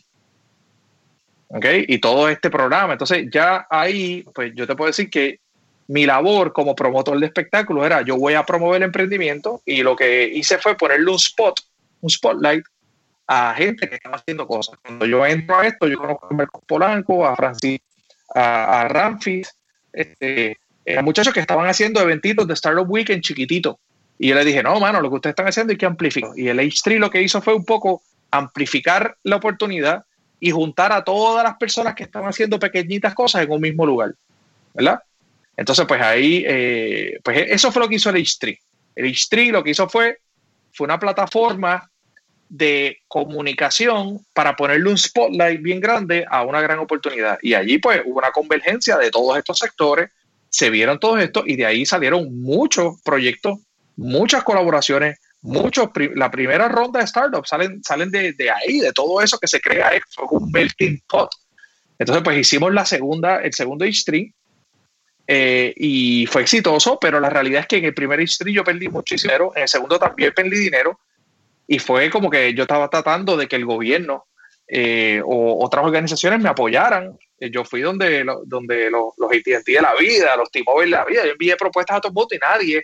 ¿Okay? Y todo este programa. Entonces ya ahí, pues yo te puedo decir que mi labor como promotor de espectáculos era, yo voy a promover el emprendimiento y lo que hice fue ponerle un spot, un spotlight a gente que estaba haciendo cosas. Cuando yo entro a esto, yo conozco a Marcos Polanco, a Francis, a, a Ramfis, este, eh, muchachos que estaban haciendo eventitos de Startup Weekend chiquitito. Y yo le dije, no, mano, lo que ustedes están haciendo hay que amplificar. Y el H tres lo que hizo fue un poco amplificar la oportunidad y juntar a todas las personas que estaban haciendo pequeñitas cosas en un mismo lugar, ¿verdad? Entonces, pues ahí, eh, pues eso fue lo que hizo el H tres. El H tres lo que hizo fue, fue una plataforma de comunicación para ponerle un spotlight bien grande a una gran oportunidad. Y allí pues hubo una convergencia de todos estos sectores, se vieron todos estos y de ahí salieron muchos proyectos, muchas colaboraciones, muchos, la primera ronda de startups salen, salen de, de ahí, de todo eso que se crea, fue un melting pot. Entonces pues hicimos la segunda, el segundo H tres eh, y fue exitoso, pero la realidad es que en el primer H tres yo perdí muchísimo dinero, en el segundo también perdí dinero. Y fue como que yo estaba tratando de que el gobierno eh, o otras organizaciones me apoyaran. Eh, yo fui donde, lo, donde los, los A T and T de la vida, los T-Mobile de la vida. Yo envié propuestas a todo el mundo y nadie,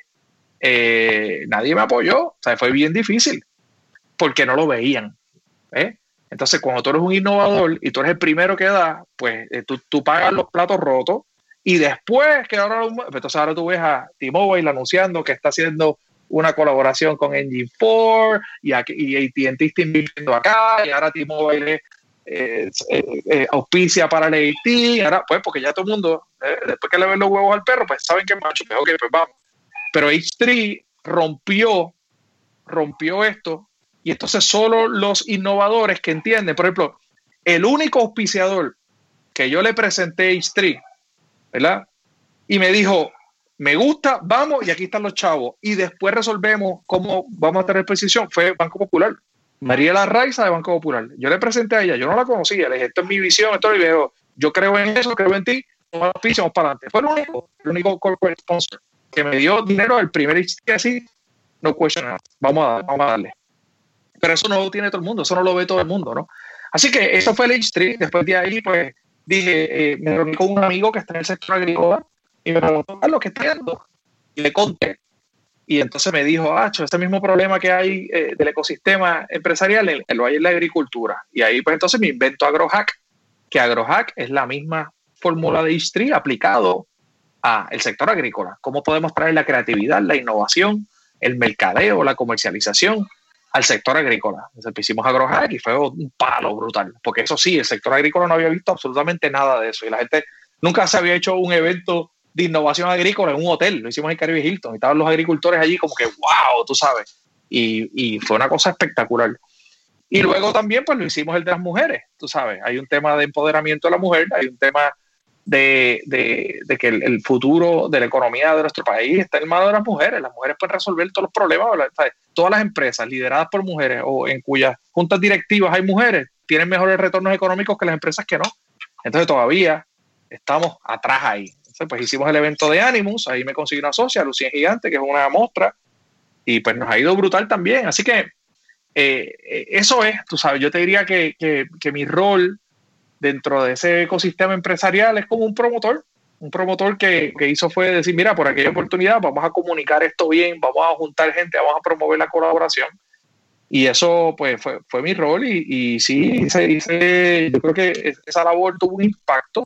eh, nadie me apoyó. O sea, fue bien difícil porque no lo veían. ¿eh? Entonces, cuando tú eres un innovador y tú eres el primero que da, pues eh, tú, tú pagas los platos rotos y después que ahora, entonces ahora tú ves a T-Mobile anunciando que está haciendo una colaboración con Engine cuatro y, aquí, y A T and T está invirtiendo acá y ahora T-Mobile eh, eh, eh, auspicia para el A T y ahora pues porque ya todo el mundo eh, después que le ven los huevos al perro pues saben que es macho, pues ok, pues vamos. Pero H tres rompió rompió esto y entonces solo los innovadores que entienden, por ejemplo, el único auspiciador que yo le presenté a H tres, ¿verdad? Y me dijo, me gusta, vamos, y aquí están los chavos. Y después resolvemos cómo vamos a tener precisión. Fue Banco Popular. Mariela Raiza de Banco Popular. Yo le presenté a ella, yo no la conocía. Le dije, esto es mi visión, esto es mi video. Yo creo en eso, creo en ti. toma el auspicio, vamos para adelante. Fue el único, el único corporate sponsor que me dio dinero el primer H T así, no question asked, vamos a, vamos a darle. Pero eso no lo tiene todo el mundo, eso no lo ve todo el mundo, ¿no? Así que eso fue el H tres. Después de ahí, pues, dije, eh, me reuní con un amigo que está en el sector agrícola y me preguntó, Carlos, ¿qué está haciendo? Y le conté. Y entonces me dijo, Acho, ese mismo problema que hay eh, del ecosistema empresarial, en, en lo hay en la agricultura. Y ahí, pues, entonces me invento AgroHack, que AgroHack es la misma fórmula de H tres aplicado al sector agrícola. ¿Cómo podemos traer la creatividad, la innovación, el mercadeo, la comercialización al sector agrícola? Entonces hicimos AgroHack y fue un palo brutal, porque eso sí, el sector agrícola no había visto absolutamente nada de eso y la gente nunca se había hecho un evento de innovación agrícola en un hotel. Lo hicimos en Caribe Hilton y estaban los agricultores allí como que wow, tú sabes, y, y fue una cosa espectacular. Y luego también pues lo hicimos el de las mujeres, tú sabes, hay un tema de empoderamiento de la mujer, hay un tema de, de, de que el, el futuro de la economía de nuestro país está en manos de las mujeres. Las mujeres pueden resolver todos los problemas, ¿sabes? Todas las empresas lideradas por mujeres o en cuyas juntas directivas hay mujeres tienen mejores retornos económicos que las empresas que no. Entonces todavía estamos atrás ahí. Entonces pues hicimos el evento de Animus, ahí me conseguí una socia, Lucía Gigante, que es una mostra, y pues nos ha ido brutal también. Así que eh, eso es, tú sabes, yo te diría que, que, que mi rol dentro de ese ecosistema empresarial es como un promotor, un promotor que, que hizo fue decir, mira, por aquella oportunidad vamos a comunicar esto bien, vamos a juntar gente, vamos a promover la colaboración. Y eso pues fue, fue mi rol y, y sí, hice, hice, yo creo que esa labor tuvo un impacto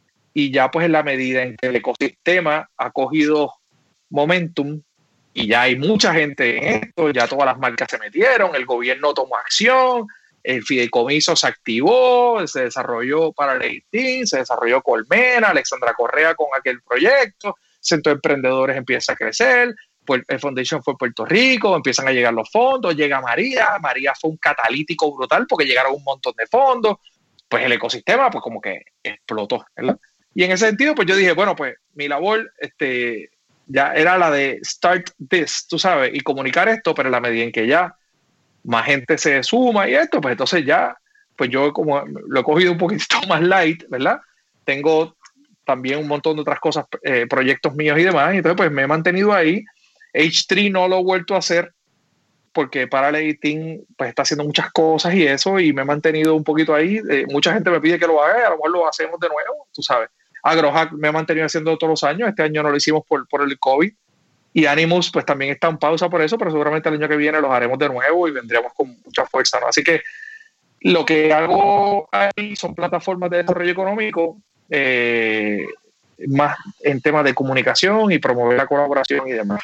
y ya pues en la medida en que el ecosistema ha cogido momentum y ya hay mucha gente en esto, ya todas las marcas se metieron, el gobierno tomó acción, el fideicomiso se activó, se desarrolló para el dieciocho, se desarrolló Colmena, Alexandra Correa con aquel proyecto, Centro de Emprendedores empieza a crecer, pues el Foundation fue Puerto Rico, empiezan a llegar los fondos, llega María, María fue un catalítico brutal porque llegaron un montón de fondos, pues el ecosistema pues como que explotó, ¿verdad? Y en ese sentido pues yo dije, bueno, pues mi labor este, ya era la de start this, tú sabes, y comunicar esto, pero en la medida en que ya más gente se suma y esto, pues entonces ya, pues yo como lo he cogido un poquitito más light, ¿verdad? Tengo también un montón de otras cosas, eh, proyectos míos y demás, y entonces pues me he mantenido ahí. H tres no lo he vuelto a hacer porque Parallel dieciocho pues está haciendo muchas cosas y eso, y me he mantenido un poquito ahí. Eh, mucha gente me pide que lo haga y a lo mejor lo hacemos de nuevo, tú sabes. AgroHack me he mantenido haciendo todos los años, este año no lo hicimos por, por el COVID. Y Animus pues también está en pausa por eso, pero seguramente el año que viene los haremos de nuevo y vendríamos con mucha fuerza, ¿no? Así que lo que hago ahí son plataformas de desarrollo económico, eh, más en temas de comunicación y promover la colaboración y demás.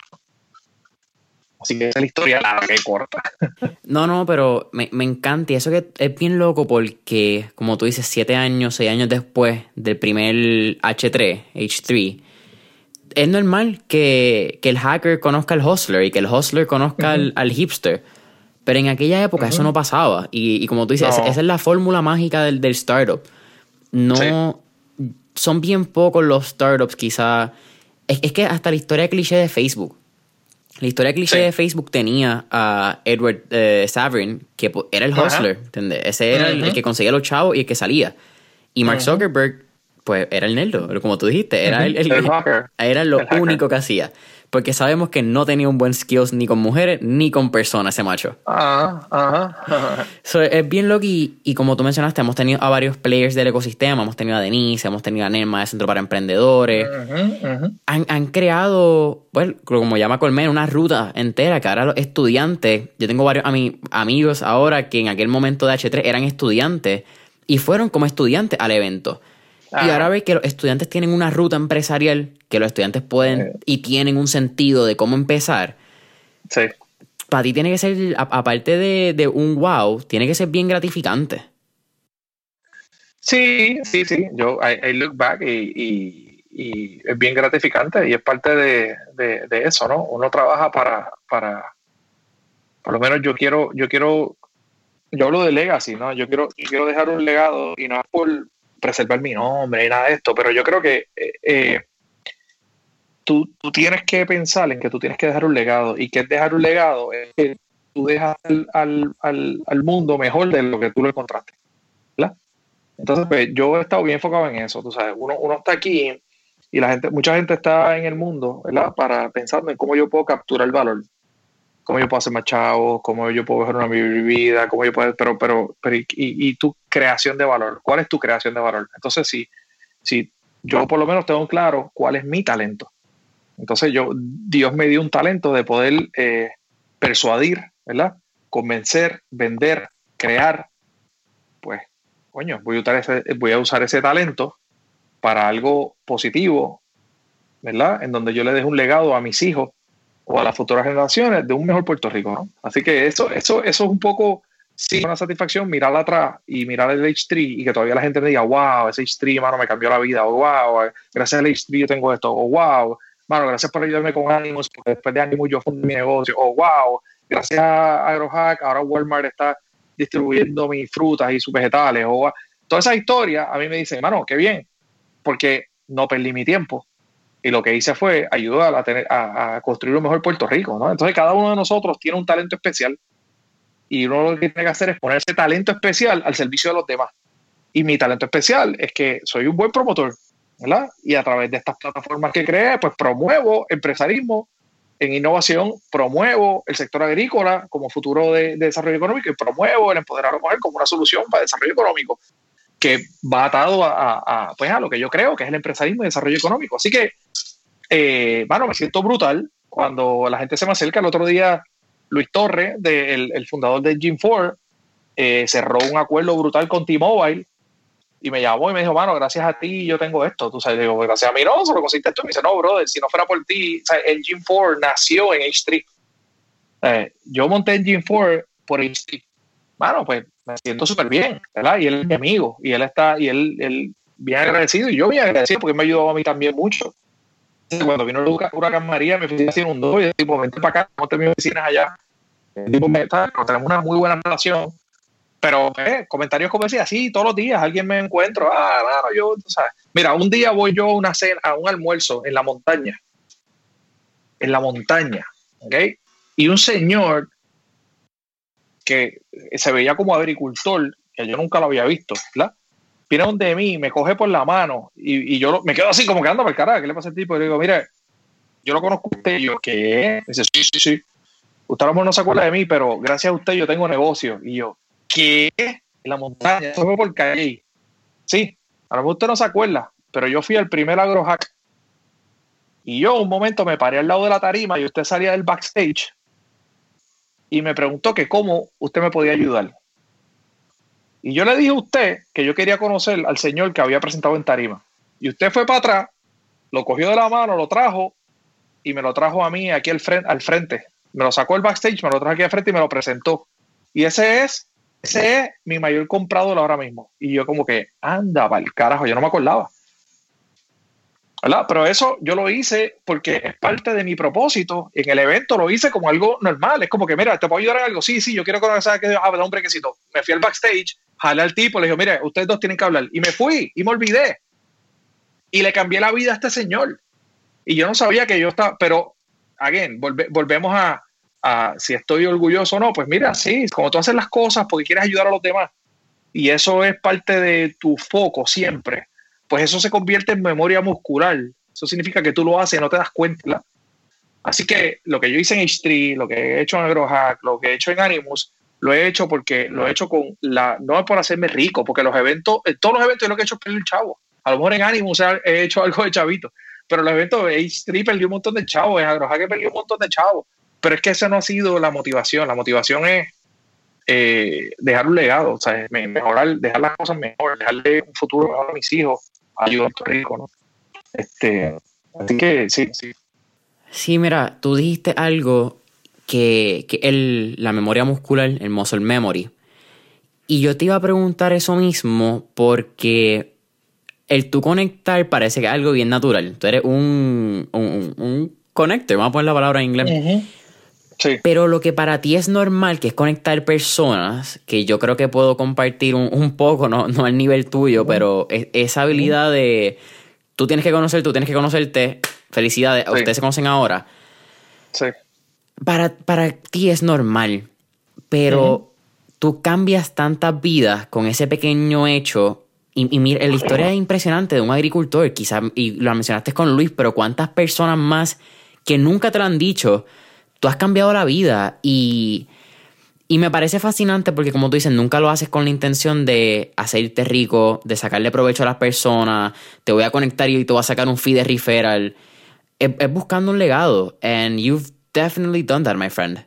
Así que esa es la historia larga y corta. No, no, pero me, me encanta. Y eso que es bien loco porque, como tú dices, siete años, seis años después del primer H tres, H tres, es normal que, que el hacker conozca al hustler y que el hustler conozca uh-huh. al, al hipster. Pero en aquella época uh-huh. eso no pasaba. Y, y como tú dices, no. esa, esa es la fórmula mágica del, del startup. No, sí. Son bien pocos los startups quizá. Es, es que hasta la historia cliché de Facebook. La historia cliché sí. de Facebook tenía a Edward eh, Saverin, que era el hustler, uh-huh. ¿entendés? Ese era uh-huh. el, el que conseguía los chavos y el que salía. Y Mark uh-huh. Zuckerberg, pues era el nerdo, como tú dijiste, era uh-huh. el, el, el, era lo el único que hacía. Porque sabemos que no tenía un buen skills ni con mujeres ni con personas ese macho. Ajá, uh-huh. ajá. Uh-huh. Uh-huh. So, es bien loco y, y como tú mencionaste, hemos tenido a varios players del ecosistema. Hemos tenido a Denise, hemos tenido a Nelma de Centro para Emprendedores. Uh-huh. Uh-huh. Han, han creado, bueno, como llama Colmena, una ruta entera que ahora los estudiantes, yo tengo varios ami- amigos ahora que en aquel momento de H tres eran estudiantes y fueron como estudiantes al evento. Ah. Y ahora ves que los estudiantes tienen una ruta empresarial que los estudiantes pueden eh. y tienen un sentido de cómo empezar. Sí. Para ti tiene que ser, aparte de, de un wow, tiene que ser bien gratificante. Sí, sí, sí. Yo I, I look back y, y, y es bien gratificante y es parte de, de, de eso, ¿no? Uno trabaja para, para, por lo menos yo quiero, yo quiero, yo hablo de legacy, ¿no? Yo quiero, yo quiero dejar un legado y no es por preservar mi nombre y nada de esto, pero yo creo que eh, eh, tú, tú tienes que pensar en que tú tienes que dejar un legado, y que es dejar un legado es que tú dejas al, al, al, al mundo mejor de lo que tú lo encontraste, ¿verdad? Entonces, pues, yo he estado bien enfocado en eso, tú sabes, uno, uno está aquí y la gente, mucha gente está en el mundo, ¿verdad? Para pensando en cómo yo puedo capturar el valor, cómo yo puedo hacer más chavos, cómo yo puedo mejorar mi vida, cómo yo puedo, pero, pero, pero y, y tu creación de valor, ¿cuál es tu creación de valor? Entonces, si, si yo por lo menos tengo claro cuál es mi talento, entonces yo, Dios me dio un talento de poder eh, persuadir, ¿verdad? Convencer, vender, crear, pues, coño, voy a usar ese, voy a usar ese talento para algo positivo, ¿verdad? En donde yo le dejo un legado a mis hijos o a las futuras generaciones de un mejor Puerto Rico, ¿no? Así que eso, eso, eso es un poco, sí, una satisfacción mirar atrás y mirar el H tres y que todavía la gente me diga, wow, ese H tres, mano, me cambió la vida, o wow, gracias al H tres yo tengo esto, o wow, mano, gracias por ayudarme con Animus, porque después de Animus yo fundé mi negocio, o wow, gracias a AgroHack, ahora Walmart está distribuyendo mis frutas y sus vegetales, o wow. Toda esa historia a mí me dice, mano, qué bien, porque no perdí mi tiempo. Y lo que hice fue ayudar a, tener, a, a construir un mejor Puerto Rico, ¿no? Entonces cada uno de nosotros tiene un talento especial y uno lo que tiene que hacer es poner ese talento especial al servicio de los demás. Y mi talento especial es que soy un buen promotor, ¿verdad? Y a través de estas plataformas que creé, pues promuevo empresarismo en innovación, promuevo el sector agrícola como futuro de, de desarrollo económico y promuevo el empoderar a la mujer como una solución para el desarrollo económico, que va atado a, a, pues a lo que yo creo que es el empresarismo y desarrollo económico. Así que, eh, bueno, me siento brutal cuando la gente se me acerca. El otro día, Luis Torres, de, el, el fundador de Jim Ford, eh, cerró un acuerdo brutal con T-Mobile y me llamó y me dijo, mano, gracias a ti yo tengo esto. Tú sabes, digo, gracias a mí no, solo conseguiste esto. Y me dice, no, brother, si no fuera por ti, o sea, el Jim Ford nació en H tres. Eh, yo monté en Jim Ford por H tres. Mano, pues me siento súper bien, ¿verdad? Y él es mi amigo, y él está, y él, él bien agradecido, y yo bien agradecido porque me ayudó a mí también mucho. Entonces, cuando vino el huracán María, mi oficina se inundó, y el tipo, vente para acá, monte mis oficinas allá. El tipo, me está, tenemos una muy buena relación, pero eh, comentarios como decía, sí, todos los días alguien me encuentro, ah, mano, yo, tú sabes. Mira, un día voy yo a una cena, a un almuerzo en la montaña, en la montaña, ¿ok? Y un señor que se veía como agricultor, que yo nunca lo había visto, ¿verdad? Viene donde mí, me coge por la mano y, y yo lo, me quedo así como que anda para el carajo, ¿qué le pasa al tipo? Y le digo, mire, yo lo conozco a usted. Y yo, ¿qué? Y dice, sí, sí, sí. Usted a lo mejor no se acuerda de mí, pero gracias a usted yo tengo negocio. Y yo, ¿qué? En la montaña, eso fue por calle. Sí, a lo mejor usted no se acuerda, pero yo fui el primer AgroHack. Y yo un momento me paré al lado de la tarima y usted salía del backstage y me preguntó que cómo usted me podía ayudar. Y yo le dije a usted que yo quería conocer al señor que había presentado en tarima. Y usted fue para atrás, lo cogió de la mano, lo trajo y me lo trajo a mí aquí al frente. Al frente. Me lo sacó del backstage, me lo trajo aquí al frente y me lo presentó. Y ese es, ese es mi mayor comprador ahora mismo. Y yo como que, anda, pa'l carajo, yo no me acordaba. ¿Verdad? Pero eso yo lo hice porque es parte de mi propósito. En el evento lo hice como algo normal. Es como que, mira, ¿te puedo ayudar en algo? Sí, sí, yo quiero conocer a que ah, da un brequecito. Me fui al backstage, jalé al tipo, le dije, mire, ustedes dos tienen que hablar. Y me fui y me olvidé. Y le cambié la vida a este señor. Y yo no sabía que yo estaba, pero, again, volve, volvemos a, a si estoy orgulloso o no. Pues mira, sí, como tú haces las cosas porque quieres ayudar a los demás. Y eso es parte de tu foco siempre. Pues eso se convierte en memoria muscular. Eso significa que tú lo haces y no te das cuenta. Así que lo que yo hice en H tres, lo que he hecho en AgroHack, lo que he hecho en Animus, lo he hecho porque lo he hecho con la, no es por hacerme rico, porque los eventos, en todos los eventos yo lo que he hecho es perder el chavo. A lo mejor en Animus he hecho algo de chavito, pero en los eventos de H tres perdí un montón de chavos, en AgroHack perdí un montón de chavos. Pero es que esa no ha sido la motivación. La motivación es eh, dejar un legado, o sea, mejorar, dejar las cosas mejor, dejarle un futuro mejor a mis hijos, ayudar a Puerto Rico, ¿no? Este, así que sí, sí. Sí, mira, tú dijiste algo que, que el, la memoria muscular, el muscle memory. Y yo te iba a preguntar eso mismo porque el tú conectar parece que es algo bien natural. Tú eres un, un, un connector, vamos a poner la palabra en inglés. Uh-huh. Sí. Pero lo que para ti es normal, que es conectar personas, que yo creo que puedo compartir un, un poco, no, no al nivel tuyo, uh-huh. pero es, esa habilidad uh-huh. de tú tienes que conocer, tú tienes que conocerte. Felicidades, sí. Ustedes se conocen ahora. Sí. Para, para ti es normal, pero uh-huh. tú cambias tantas vidas con ese pequeño hecho y, y mira, la historia es impresionante de un agricultor, quizás, y lo mencionaste con Luis, pero ¿cuántas personas más que nunca te lo han dicho? Tú has cambiado la vida y... Y me parece fascinante porque, como tú dices, nunca lo haces con la intención de hacerte rico, de sacarle provecho a las personas, te voy a conectar y te voy a sacar un fee de referral. Es, es buscando un legado. And you've definitely done that, my friend.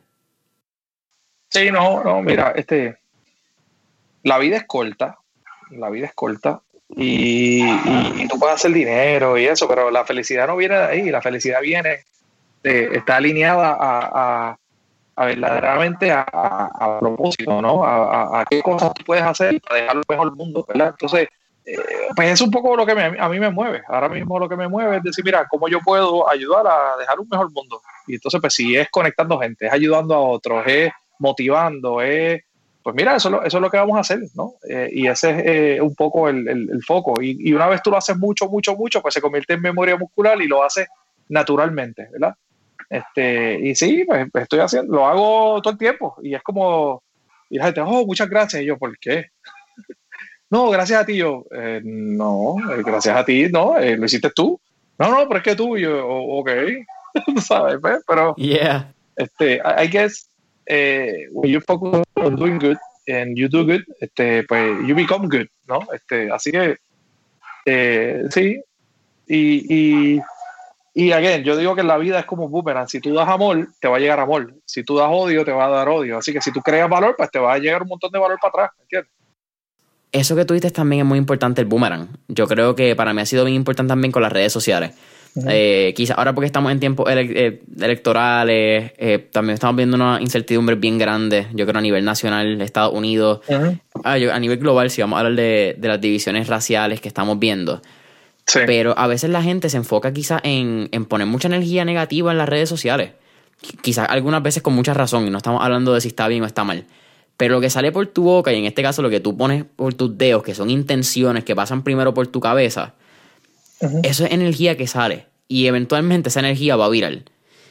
Sí, no, no, mira, este, la vida es corta, la vida es corta y, y, y tú puedes hacer dinero y eso, pero la felicidad no viene de ahí, la felicidad viene, de, está alineada a... a a verdaderamente a, a, a propósito, ¿no? A, a, a qué cosas tú puedes hacer para dejar lo mejor el mundo, ¿verdad? Entonces, eh, pues es un poco lo que me, a mí me mueve. Ahora mismo lo que me mueve es decir, mira, ¿cómo yo puedo ayudar a dejar un mejor mundo? Y entonces, pues si es conectando gente, es ayudando a otros, es motivando, es... Pues mira, eso, es lo, eso es lo que vamos a hacer, ¿no? Eh, y ese es eh, un poco el, el, el foco. Y, y una vez tú lo haces mucho, mucho, mucho, pues se convierte en memoria muscular y lo haces naturalmente, ¿verdad? Este, y sí, pues estoy haciendo, lo hago todo el tiempo y es como, y la gente, oh, muchas gracias. Y yo, ¿por qué? No, gracias a ti. Yo, eh, no, eh, gracias a ti, no, eh, lo hiciste tú. No, no, pero es que tú. Y yo, oh, ok, ¿sabes? Pues, pero, yeah. este, I, I guess, eh, when you focus on doing good and you do good, este, pues, you become good, ¿no? Este, así que, eh, sí, y, y Y again, yo digo que la vida es como un boomerang. Si tú das amor, te va a llegar amor. Si tú das odio, te va a dar odio. Así que si tú creas valor, pues te va a llegar un montón de valor para atrás, ¿entiendes? Eso que tú dices también es muy importante, el boomerang. Yo creo que para mí ha sido bien importante también con las redes sociales. Uh-huh. Eh, quizás ahora porque estamos en tiempos ele- eh, electorales, eh, también estamos viendo una incertidumbre bien grande, yo creo a nivel nacional, Estados Unidos, uh-huh. ah, yo, a nivel global, si vamos a hablar de, de las divisiones raciales que estamos viendo. Sí. Pero a veces la gente se enfoca quizás en, en poner mucha energía negativa en las redes sociales. Quizás algunas veces con mucha razón, y no estamos hablando de si está bien o está mal. Pero lo que sale por tu boca, y en este caso lo que tú pones por tus dedos, que son intenciones que pasan primero por tu cabeza, uh-huh. eso es energía que sale. Y eventualmente esa energía va a virar.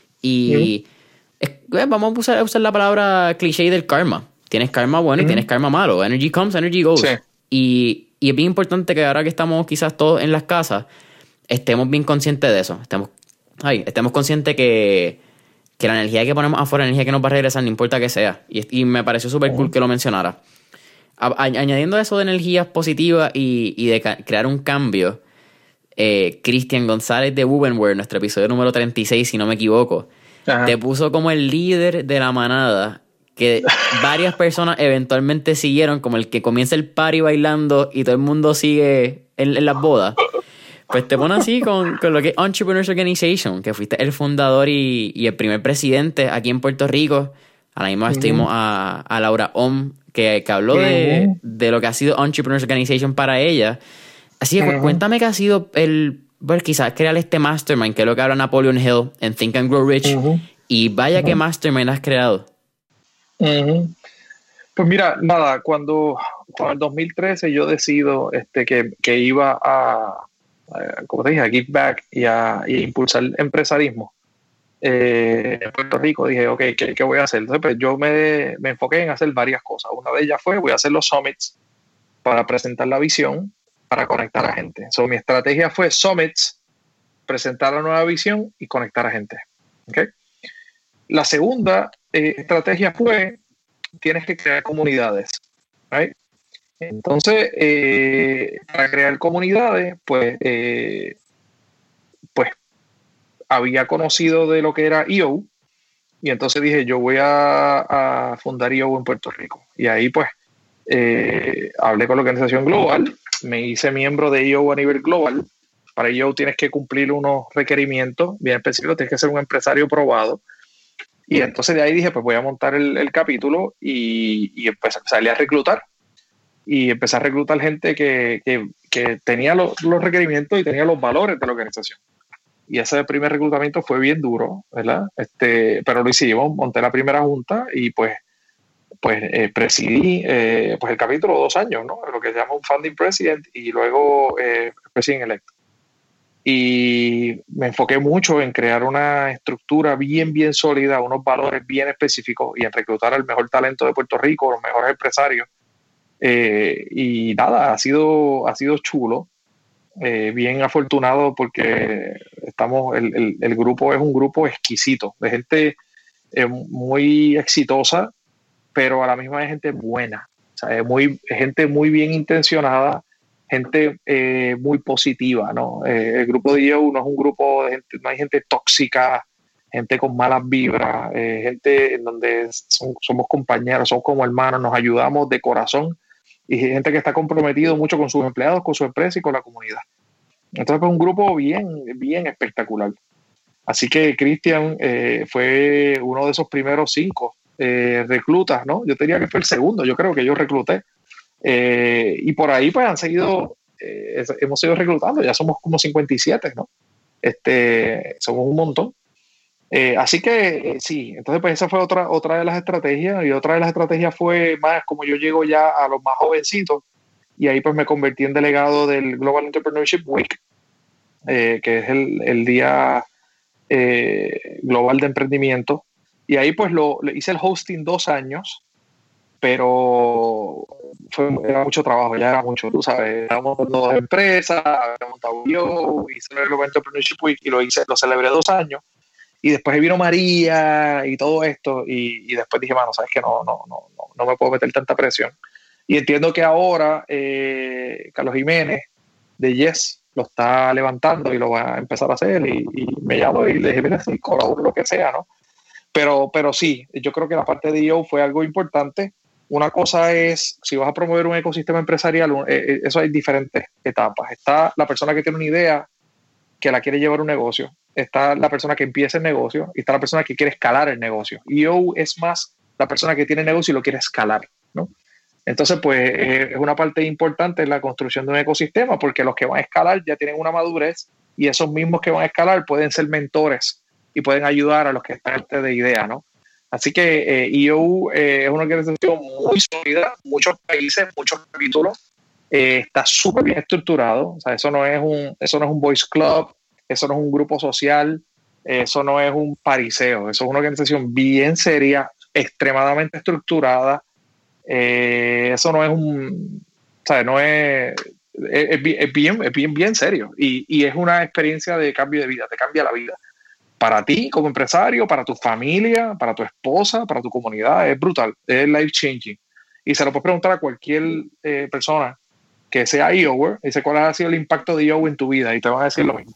Y uh-huh. es, eh, vamos a usar, a usar la palabra cliché del karma. Tienes karma bueno uh-huh. y tienes karma malo. Energy comes, energy goes. Sí. Y... Y es bien importante que ahora que estamos quizás todos en las casas, estemos bien conscientes de eso. Estemos, ay, estemos conscientes que, que la energía que ponemos afuera, la energía que nos va a regresar, no importa que sea. Y, y me pareció súper cool que lo mencionara. A, a, añadiendo eso de energías positivas y, y de ca- crear un cambio, eh, Cristian González de Wovenware, nuestro episodio número treinta y seis, si no me equivoco, Ajá. te puso como el líder de la manada, que varias personas eventualmente siguieron, como el que comienza el party bailando y todo el mundo sigue en, en las bodas. Pues te pone así con, con lo que es Entrepreneurs Organization, que fuiste el fundador y, y el primer presidente aquí en Puerto Rico. A la misma vez uh-huh. tuvimos a, a Laura Om, que, que habló uh-huh. de, de lo que ha sido Entrepreneurs Organization para ella. Así que uh-huh. cuéntame qué ha sido el... Bueno, quizás crear este mastermind, que es lo que habla Napoleon Hill en Think and Grow Rich. Uh-huh. Y vaya uh-huh. qué mastermind has creado. Uh-huh. Pues mira, nada, cuando, cuando en el dos mil trece yo decido este, que, que iba a, a, como te dije, a give back y a, y a impulsar el empresarismo eh, en Puerto Rico, dije, ok, ¿qué, qué voy a hacer? Entonces, pues, yo me, me enfoqué en hacer varias cosas. Una de ellas fue, voy a hacer los summits para presentar la visión, para conectar a gente. So, mi estrategia fue summits, presentar la nueva visión y conectar a gente. ¿Okay? La segunda eh, estrategia fue, tienes que crear comunidades. ¿Right? Entonces, eh, para crear comunidades, pues, eh, pues había conocido de lo que era E O y entonces dije, yo voy a, a fundar E O en Puerto Rico. Y ahí, pues, eh, hablé con la organización global, me hice miembro de E O a nivel global. Para E O tienes que cumplir unos requerimientos bien específicos, tienes que ser un empresario probado. Y entonces de ahí dije, pues voy a montar el, el capítulo y, y empecé, salí a reclutar. Y empecé a reclutar gente que, que, que tenía los, los requerimientos y tenía los valores de la organización. Y ese primer reclutamiento fue bien duro, ¿verdad? Este, pero lo hicimos, monté la primera junta y pues, pues eh, presidí eh, pues el capítulo dos años, ¿no? Lo que se llama un founding president y luego eh, president electo. Y me enfoqué mucho en crear una estructura bien, bien sólida, unos valores bien específicos y en reclutar al mejor talento de Puerto Rico, los mejores empresarios, Eh, y nada, ha sido, ha sido chulo. Eh, bien afortunado porque estamos, el, el, el grupo es un grupo exquisito, de gente eh, muy exitosa, pero a la misma vez gente buena, o sea, es muy, gente muy bien intencionada, gente eh, muy positiva, ¿no? Eh, el grupo de yo no es un grupo de gente, no hay gente tóxica, gente con malas vibras, eh, gente en donde son, somos compañeros, somos como hermanos, nos ayudamos de corazón y gente que está comprometido mucho con sus empleados, con su empresa y con la comunidad. Entonces, fue un grupo bien, bien espectacular. Así que Cristian eh, fue uno de esos primeros cinco eh, reclutas, ¿no? Yo diría que fue el segundo, yo creo que yo recluté. Eh, y por ahí, pues, han seguido, eh, hemos seguido reclutando, ya somos como cincuenta y siete, ¿no? Este, somos un montón. Eh, así que eh, sí, entonces pues esa fue otra, otra de las estrategias y otra de las estrategias fue más como yo llego ya a los más jovencitos y ahí pues me convertí en delegado del Global Entrepreneurship Week, eh, que es el, el día eh, global de emprendimiento y ahí pues lo, lo hice el hosting dos años, pero fue, era mucho trabajo, ya era mucho, tú sabes, éramos dos empresas, había montado yo, hice el Global Entrepreneurship Week y lo hice, lo celebré dos años. Y después vino María y todo esto, y, y después dije, mano, sabes que no, no, no, no, no me puedo meter tanta presión. Y entiendo que ahora eh, Carlos Jiménez de Yes lo está levantando y lo va a empezar a hacer, y, y me llamo y le dije, mira, sí, colaboro, lo que sea, ¿no? Pero, pero sí, yo creo que la parte de yo fue algo importante. Una cosa es, si vas a promover un ecosistema empresarial, eh, eso hay diferentes etapas. Está la persona que tiene una idea, que la quiere llevar un negocio, está la persona que empieza el negocio y está la persona que quiere escalar el negocio. Y yo es más la persona que tiene el negocio y lo quiere escalar, ¿no? Entonces, pues eh, es una parte importante en la construcción de un ecosistema porque los que van a escalar ya tienen una madurez y esos mismos que van a escalar pueden ser mentores y pueden ayudar a los que están de idea, ¿no? Así que eh, E O eh, es una organización muy sólida, muchos países, muchos capítulos. Eh, está súper bien estructurado, o sea, eso no es un, eso no es un boys club, eso no es un grupo social, eso no es un pariseo, eso es una organización bien seria, extremadamente estructurada, eh, eso no es un, o sea, no es, es, es, bien, es bien, es bien, bien serio y, y es una experiencia de cambio de vida, te cambia la vida. Para ti como empresario, para tu familia, para tu esposa, para tu comunidad, es brutal, es life changing. Y se lo puedes preguntar a cualquier eh, persona que sea E O, dice cuál ha sido el impacto de E O en tu vida y te van a decir lo mismo.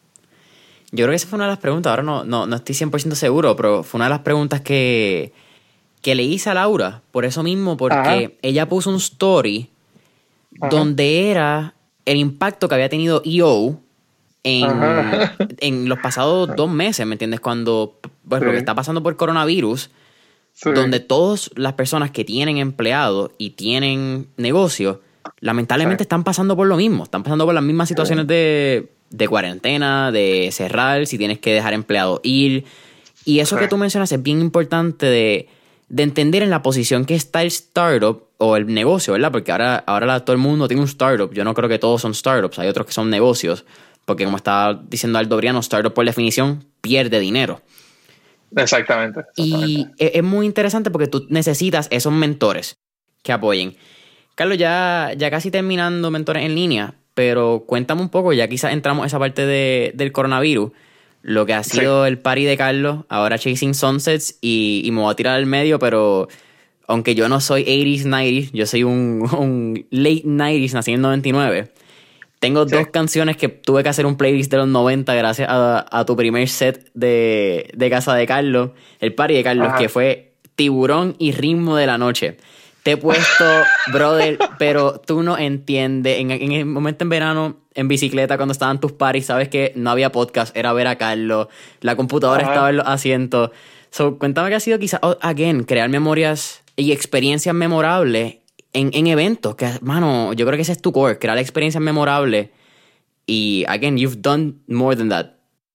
Yo creo que esa fue una de las preguntas, ahora no, no, no estoy cien por ciento seguro, pero fue una de las preguntas que, que le hice a Laura, por eso mismo, porque Ajá. ella puso un story Ajá. donde era el impacto que había tenido E O en, en los pasados dos meses, ¿me entiendes? Cuando, pues, sí. lo que está pasando por coronavirus, sí. donde todas las personas que tienen empleados y tienen negocios, lamentablemente sí. están pasando por lo mismo, están pasando por las mismas situaciones sí. de, de cuarentena, de cerrar, si tienes que dejar empleados ir. Y eso sí. que tú mencionas es bien importante de, de entender en la posición que está el startup o el negocio, ¿verdad? Porque ahora, ahora la, todo el mundo tiene un startup. Yo no creo que todos son startups, hay otros que son negocios. Porque como estaba diciendo Aldo Briano, startup por definición pierde dinero. Exactamente. exactamente. Y es muy interesante porque tú necesitas esos mentores que apoyen. Carlos, ya, ya casi terminando mentores en línea, pero cuéntame un poco, ya quizás entramos a esa parte de, del coronavirus, lo que ha sido sí. el party de Carlos, ahora Chasing Sunsets, y, y me voy a tirar al medio, pero aunque yo no soy ochenta, noventa, yo soy un, un late noventa, nací en el noventa y nueve. Tengo sí. dos canciones que tuve que hacer un playlist de los noventa gracias a, a tu primer set de, de casa de Carlos, el party de Carlos, Ajá. que fue Tiburón y Ritmo de la Noche. Te he puesto, brother, pero tú no entiendes. En, en el momento en verano, en bicicleta, cuando estaban tus parties, sabes que no había podcast, era ver a Carlos, la computadora Ajá. estaba en los asientos. So, cuéntame qué ha sido quizás, oh, again, crear memorias y experiencias memorables En, en eventos, que, mano, yo creo que ese es tu core, crear experiencias memorables. Y, again, you've done more than that.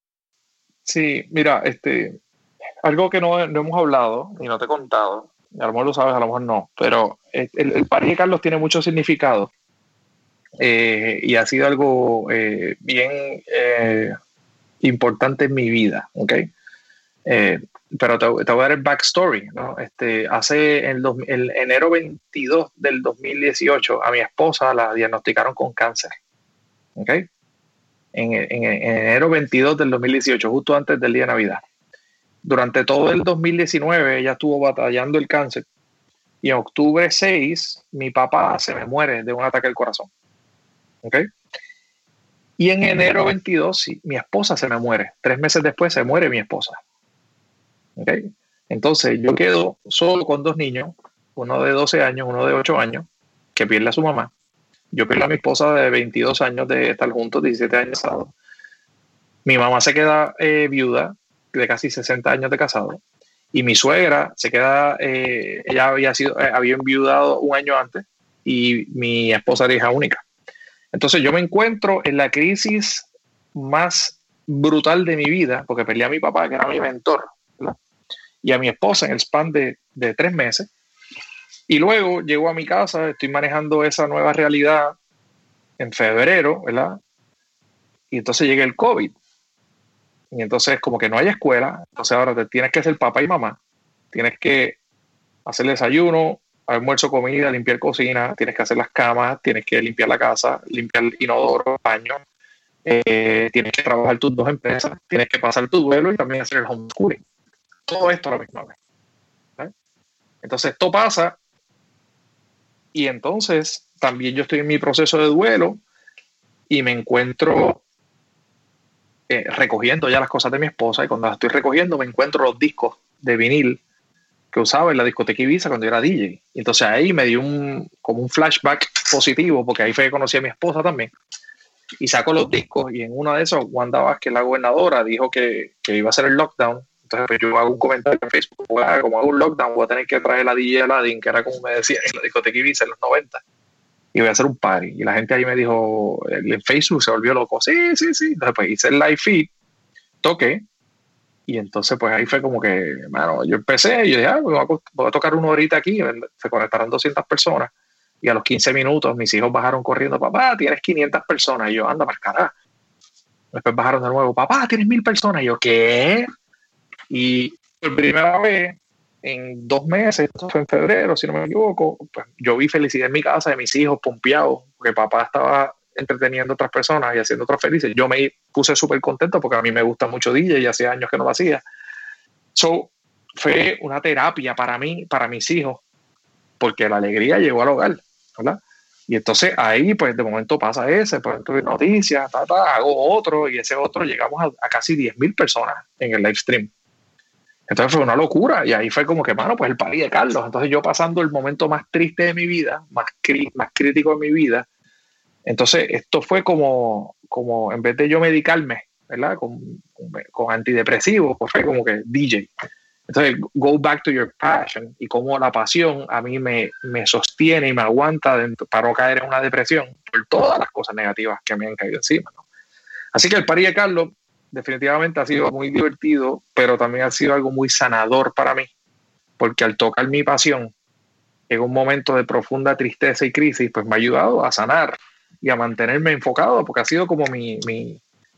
Sí, mira, este, algo que no, no hemos hablado y no te he contado, a lo mejor lo sabes, a lo mejor no, pero el, el party de Carlos tiene mucho significado eh, y ha sido algo eh, bien eh, importante en mi vida, ¿ok? Eh, pero te, te voy a dar el backstory, ¿no? Este, hace el, el enero veintidós del dos mil dieciocho a mi esposa la diagnosticaron con cáncer. ¿Ok? En, en, en enero veintidós del dos mil dieciocho, justo antes del día de Navidad. Durante todo el dos mil diecinueve ella estuvo batallando el cáncer y en octubre seis mi papá se me muere de un ataque al corazón. ¿Ok? Y en enero veintidós mi esposa se me muere. Tres meses después se muere mi esposa. ¿Okay? Entonces yo quedo solo con dos niños, uno de doce años, uno de ocho años, que pierde a su mamá. Yo pierdo a mi esposa de veintidós años de estar juntos, diecisiete años casados. Mi mamá se queda eh, viuda de casi sesenta años de casado. Y mi suegra se queda, eh, ella había, sido, eh, había enviudado un año antes y mi esposa era hija única. Entonces yo me encuentro en la crisis más brutal de mi vida, porque perdí a mi papá, que era mi mentor, ¿verdad? Y a mi esposa en el span de, de tres meses. Y luego llego a mi casa, estoy manejando esa nueva realidad en febrero, ¿verdad? Y entonces llega el COVID. Y entonces como que no hay escuela, entonces ahora te tienes que ser papá y mamá, tienes que hacer desayuno, almuerzo, comida, limpiar cocina, tienes que hacer las camas, tienes que limpiar la casa, limpiar el inodoro, baño, eh, tienes que trabajar tus dos empresas, tienes que pasar tu duelo y también hacer el homeschooling. Todo esto a la misma vez. ¿Eh? Entonces esto pasa y entonces también yo estoy en mi proceso de duelo y me encuentro eh, recogiendo ya las cosas de mi esposa y cuando las estoy recogiendo me encuentro los discos de vinil que usaba en la discoteca Ibiza cuando yo era D J. Y entonces ahí me dio un, como un flashback positivo, porque ahí fue que conocí a mi esposa también. Y saco los discos y en una de esas, Wanda Vázquez, la gobernadora, dijo que, que iba a hacer el lockdown. Entonces pues yo hago un comentario en Facebook, como hago un lockdown, voy a tener que traer la D J Aladdin, que era como me decía en la discoteca Ibiza en los noventa. Y voy a hacer un party. Y la gente ahí me dijo, en Facebook se volvió loco. Sí, sí, sí. Entonces pues hice el live feed, toqué. Y entonces, pues ahí fue como que, mano, yo empecé y yo dije, ah, voy a, voy a tocar una horita aquí, se conectaron doscientas personas. Y a los quince minutos mis hijos bajaron corriendo, papá, tienes quinientas personas. Y yo, anda, para carajo. Después bajaron de nuevo, papá, tienes mil personas. Y yo, ¿qué? Y por primera vez, en dos meses, esto fue en febrero, si no me equivoco, pues yo vi felicidad en mi casa de mis hijos pompeados, porque papá estaba entreteniendo a otras personas y haciendo otras felices. Yo me puse súper contento porque a mí me gusta mucho D J y hacía años que no lo hacía. So, fue una terapia para mí, para mis hijos, porque la alegría llegó al hogar, ¿verdad? Y entonces ahí, pues de momento pasa ese, pues tuve noticias, ta, ta, hago otro y ese otro llegamos a, a casi diez mil personas en el live stream. Entonces fue una locura y ahí fue como que, mano, pues el party de Carlos. Entonces yo pasando el momento más triste de mi vida, más, cri- más crítico de mi vida. Entonces, esto fue como, como en vez de yo medicarme, ¿verdad? Con, con antidepresivos, pues fue como que D J. Entonces, go back to your passion y cómo la pasión a mí me, me sostiene y me aguanta dentro, para no caer en una depresión por todas las cosas negativas que me han caído encima, ¿no? Así que el party de Carlos definitivamente ha sido muy divertido, pero también ha sido algo muy sanador para mí, porque al tocar mi pasión en un momento de profunda tristeza y crisis, pues me ha ayudado a sanar y a mantenerme enfocado, porque ha sido como mi, mi,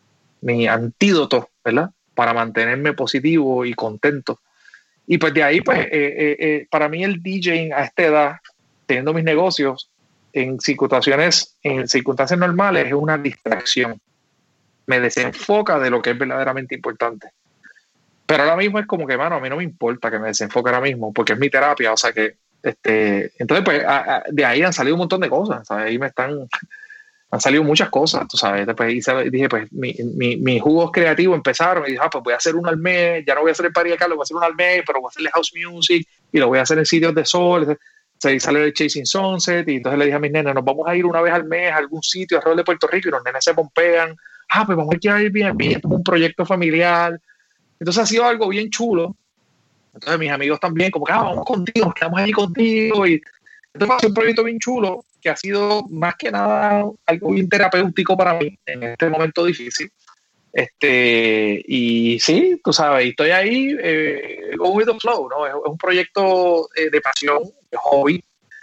mi antídoto, ¿verdad? Para mantenerme positivo y contento. Y pues de ahí, pues, eh, eh, eh, para mí el DJing a esta edad, teniendo mis negocios, en circunstancias, en circunstancias normales, es una distracción. Me desenfoca de lo que es verdaderamente importante. Pero ahora mismo es como que, mano, a mí no me importa que me desenfoque ahora mismo, porque es mi terapia, o sea que, este, entonces, pues, a, a, de ahí han salido un montón de cosas, ¿sabes? Ahí me están... Han salido muchas cosas, tú sabes. Después hice, dije, pues, mi, mi, mis jugos creativos empezaron y dije, ah, pues voy a hacer uno al mes, ya no voy a hacer el party de Carlos, voy a hacer uno al mes, pero voy a hacerle house music y lo voy a hacer en sitios de sol. Se sale el Chasing Sunset y entonces le dije a mis nenas, nos vamos a ir una vez al mes a algún sitio alrededor de Puerto Rico y los nenes se pompean. Ah, pues vamos a ir a Airbnb, es un proyecto familiar. Entonces ha sido algo bien chulo. Entonces mis amigos también, como que, ah, vamos contigo, nos quedamos ahí contigo. Y entonces fue un proyecto bien chulo que ha sido más que nada algo bien terapéutico para mí en este momento difícil. Este, y sí, tú sabes, estoy ahí, eh, go with the flow, ¿no? Es, es un proyecto eh, de pasión, de hobby,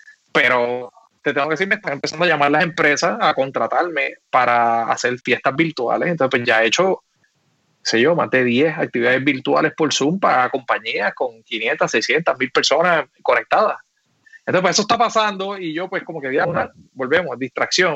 pero te tengo que decir, me están empezando a llamar las empresas a contratarme para hacer fiestas virtuales. Entonces, pues ya he hecho sé yo, más de diez actividades virtuales por Zoom para compañías con quinientas, seiscientas, mil personas conectadas. Entonces, pues eso está pasando y yo pues como que ya, volvemos, distracción.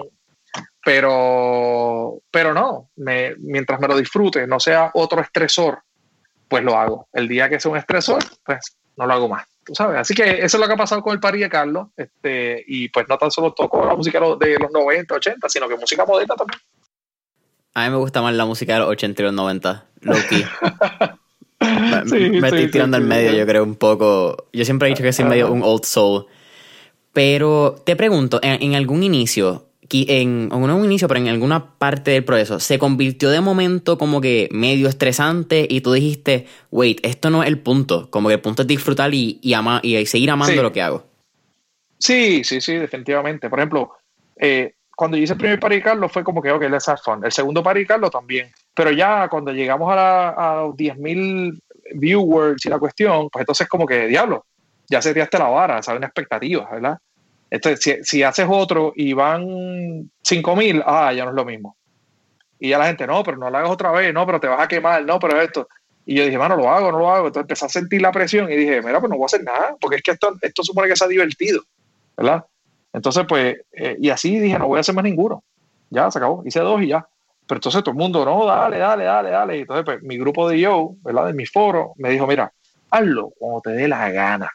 Pero, pero no, me, mientras me lo disfrute, no sea otro estresor, pues lo hago. El día que sea un estresor, pues no lo hago más. Tú sabes, así que eso es lo que ha pasado con el party de Carlos, este, y pues no tan solo toco la música de los noventa, ochenta, sino que música moderna también. A mí me gusta más la música de los ochenta y los noventa, low-key. me, sí, me estoy sí, tirando sí, al medio, sí. Yo creo, un poco. Yo siempre he dicho que soy medio un old soul. Pero te pregunto, en, en algún inicio, en, en un inicio, pero en alguna parte del proceso, ¿se convirtió de momento como que medio estresante y tú dijiste, wait, esto no es el punto? Como que el punto es disfrutar y, y, ama, y seguir amando sí. lo que hago. Sí, sí, sí, definitivamente. Por ejemplo, eh, cuando yo hice el primer party de Carlos fue como que, ok, let's have fun. El segundo party de Carlos también. Pero ya cuando llegamos a, la, a los diez mil viewers y la cuestión, pues entonces como que, diablo, ya seteaste la vara, ¿sabes? Una expectativa, ¿verdad? Entonces, si, si haces otro y van cinco mil, ah, ya no es lo mismo. Y ya la gente, no, pero no lo hagas otra vez, no, pero te vas a quemar, no, pero esto. Y yo dije, mano, lo hago, no lo hago. Entonces empecé a sentir la presión y dije, mira, pues no voy a hacer nada, porque es que esto, esto supone que sea divertido, ¿verdad? Entonces, pues, eh, y así dije, no voy a hacer más ninguno. Ya, se acabó. Hice dos y ya. Pero entonces todo el mundo, no, dale, dale, dale, dale. Y entonces, pues, mi grupo de yo, ¿verdad? De mi foro, me dijo, mira, hazlo cuando te dé la gana.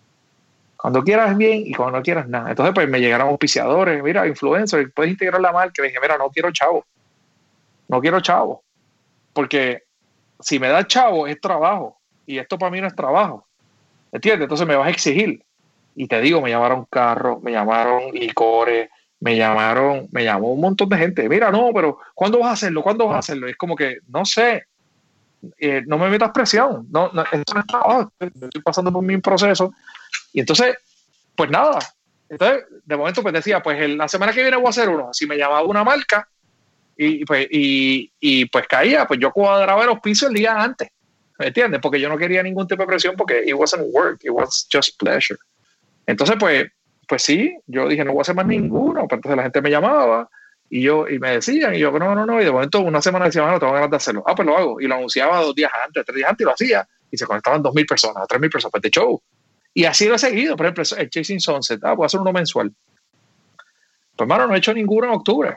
Cuando quieras bien y cuando no quieras nada. Entonces, pues, me llegaron auspiciadores, mira, influencers, puedes integrar la marca. Y dije, mira, no quiero chavo. No quiero chavo. Porque si me da chavo, es trabajo. Y esto para mí no es trabajo. ¿Entiendes? Entonces me vas a exigir. Y te digo, me llamaron Carro, me llamaron Icore, me llamaron, me llamó un montón de gente. Mira, no, pero ¿cuándo vas a hacerlo? ¿Cuándo vas a hacerlo? Y es como que, no sé, eh, no me metas presión. No, no, esto no es trabajo. Estoy pasando por mi proceso. Y entonces, pues nada. Entonces, de momento, pues decía, pues el, la semana que viene voy a hacer uno. Si me llamaba una marca y pues, y, y, pues caía, pues yo cuadraba el auspicio el día antes. ¿Me entiendes? Porque yo no quería ningún tipo de presión porque it wasn't work, it was just pleasure. Entonces, pues, pues sí, yo dije, no voy a hacer más ninguno. Pero entonces la gente me llamaba y yo y me decían, y yo, no, no, no. Y de momento, una semana decía, no, tengo ganas de hacerlo. Ah, pues lo hago. Y lo anunciaba dos días antes, tres días antes y lo hacía. Y se conectaban dos mil personas, tres mil personas, pues de show. Y así lo he seguido. Por ejemplo, el Chasing Sunset, ah, voy a hacer uno mensual. Pues, mano, no he hecho ninguno en octubre.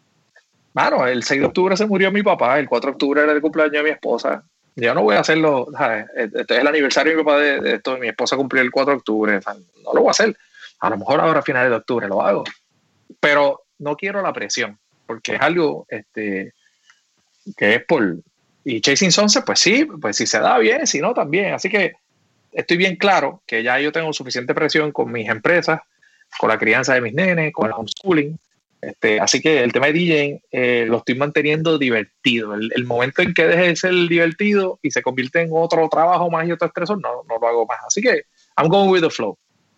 Mano, el seis de octubre se murió mi papá, el cuatro de octubre era el cumpleaños de mi esposa. Yo no voy a hacerlo, ¿sabes? Este es el aniversario de mi papá de, de esto, mi esposa cumplió el cuatro de octubre, ¿sabes? No lo voy a hacer. A lo mejor ahora a finales de octubre lo hago. Pero no quiero la presión, porque es algo este, que es por... Y Chasing Sunset, pues sí, pues si se da bien, si no también. Así que estoy bien claro que ya yo tengo suficiente presión con mis empresas, con la crianza de mis nenes, con el homeschooling. Este, así que el tema de DJing eh, lo estoy manteniendo divertido. El, el momento en que deje de ser divertido y se convierte en otro trabajo más y otro estresor, no, no lo hago más. Así que I'm going with the flow.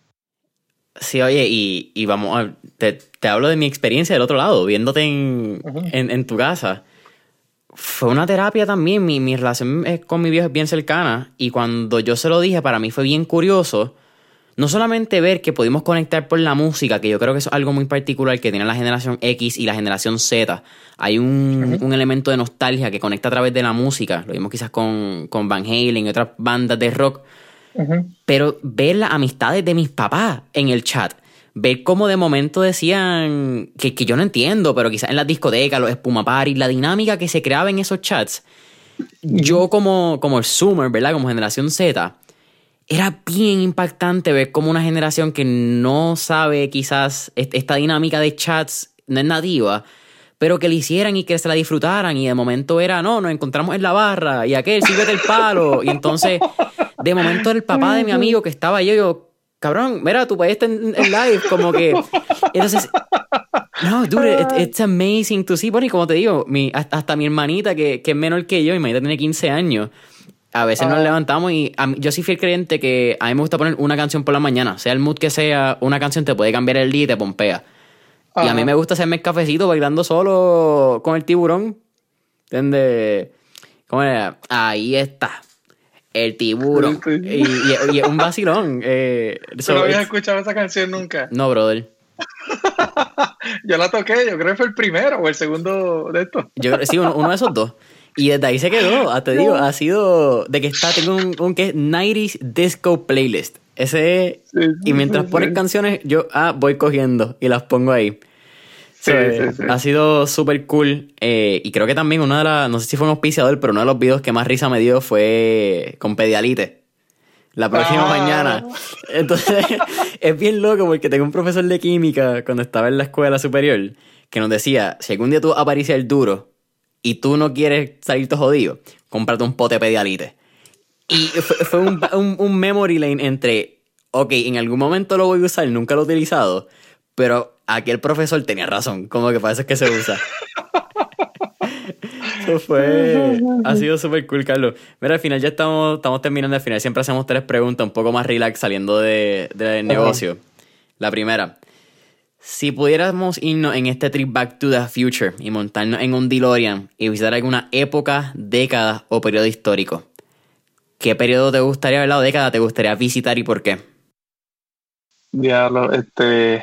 Sí, oye, y, y vamos a... Te, te hablo de mi experiencia del otro lado, viéndote en, uh-huh. en, en tu casa. Fue una terapia también. Mi, mi relación con mi viejo es bien cercana. Y cuando yo se lo dije, para mí fue bien curioso. No solamente ver que pudimos conectar por la música, que yo creo que es algo muy particular que tiene la generación X y la generación Z. Hay un, uh-huh. un elemento de nostalgia que conecta a través de la música. Lo vimos quizás con, con Van Halen y otras bandas de rock. Uh-huh. Pero ver las amistades de mis papás en el chat. Ver cómo de momento decían que, que yo no entiendo, pero quizás en las discotecas, los espuma parties, la dinámica que se creaba en esos chats. Uh-huh. Yo como, como el Zoomer, ¿verdad? Como generación Z... Era bien impactante ver cómo una generación que no sabe quizás esta dinámica de chats no es nativa, pero que le hicieran y que se la disfrutaran y de momento era, no, nos encontramos en la barra y aquel, sírvete el palo. Y entonces, de momento el papá de mi amigo que estaba yo, yo, cabrón, mira, tu país está en, en live, como que... Entonces, no, dude, it, it's amazing to see. Bueno, y como te digo, mi, hasta, hasta mi hermanita que, que es menor que yo, mi hermanita tiene quince años, a veces uh, nos levantamos y a mí, yo soy fiel creyente que a mí me gusta poner una canción por la mañana. Sea el mood que sea, una canción te puede cambiar el día y te pompea. Uh, y a mí me gusta hacerme el cafecito bailando solo con el tiburón. ¿Entiendes? ¿Cómo era? Ahí está. El tiburón. Sí, sí. Y, y, y es un vacilón. Eh, so, ¿No habías escuchado esa canción nunca? No, brother. Yo la toqué, yo creo que fue el primero o el segundo de estos. Yo, sí, uno, uno de esos dos. Y desde ahí se quedó, ah, te digo, ha sido de que está, tengo un, un que es noventa Disco Playlist. Ese, sí, sí, y mientras sí, pones sí. canciones, yo ah, voy cogiendo y las pongo ahí. Sí, so, sí, sí. Ha sido súper cool. Eh, y creo que también una de las, no sé si fue un auspiciador, pero uno de los videos que más risa me dio fue con Pedialite. La próxima ah. mañana. Entonces, es bien loco porque tengo un profesor de química cuando estaba en la escuela superior que nos decía, si algún día tú apareces el duro y tú no quieres salirte jodido, cómprate un pote de Pedialite. Y fue, fue un, un, un memory lane entre, ok, en algún momento lo voy a usar, nunca lo he utilizado, pero aquí el profesor tenía razón, como que para eso es que se usa. Eso fue, ha sido súper cool, Carlos. Mira, al final ya estamos, estamos terminando, al final siempre hacemos tres preguntas un poco más relax saliendo de, del negocio. Uh-huh. La primera, si pudiéramos irnos en este trip Back to the Future y montarnos en un DeLorean y visitar alguna época, década o periodo histórico, ¿qué periodo te gustaría ver la década te gustaría visitar y por qué? Diablo, este...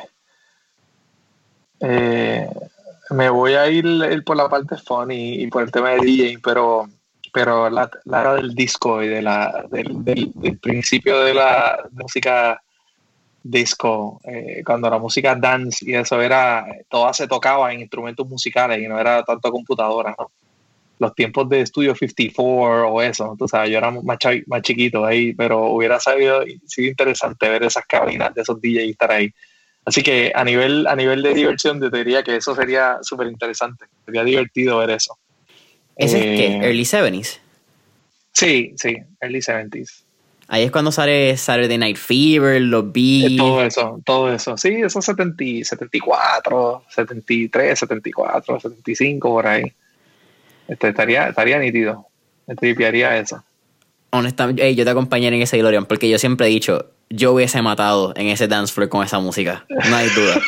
Eh, me voy a ir, ir por la parte funny y por el tema de D J, pero, pero la, la era del disco y de la, del, del, del principio de la música disco, eh, cuando la música dance y eso era, todo se tocaba en instrumentos musicales y no era tanto computadora, ¿no? Los tiempos de Studio cincuenta y cuatro o eso, tú sabes, yo era más, chav- más chiquito ahí, pero hubiera sabido, sido interesante ver esas cabinas de esos D Js y estar ahí. Así que a nivel, a nivel de diversión, te diría que eso sería súper interesante. Sería divertido ver eso. ¿Ese eh, es qué? ¿Early setenta? Sí, sí, early seventies. Ahí es cuando sale Saturday Night Fever, los Beats. Todo eso, todo eso. Sí, esos setenta, setenta y cuatro, setenta y tres, setenta y cuatro, setenta y cinco, por ahí. Este, estaría, estaría nítido. Me tripearía eso. Honestamente, hey, yo te acompañaré en ese DeLorean porque yo siempre he dicho, yo hubiese matado en ese dance floor con esa música. No hay duda.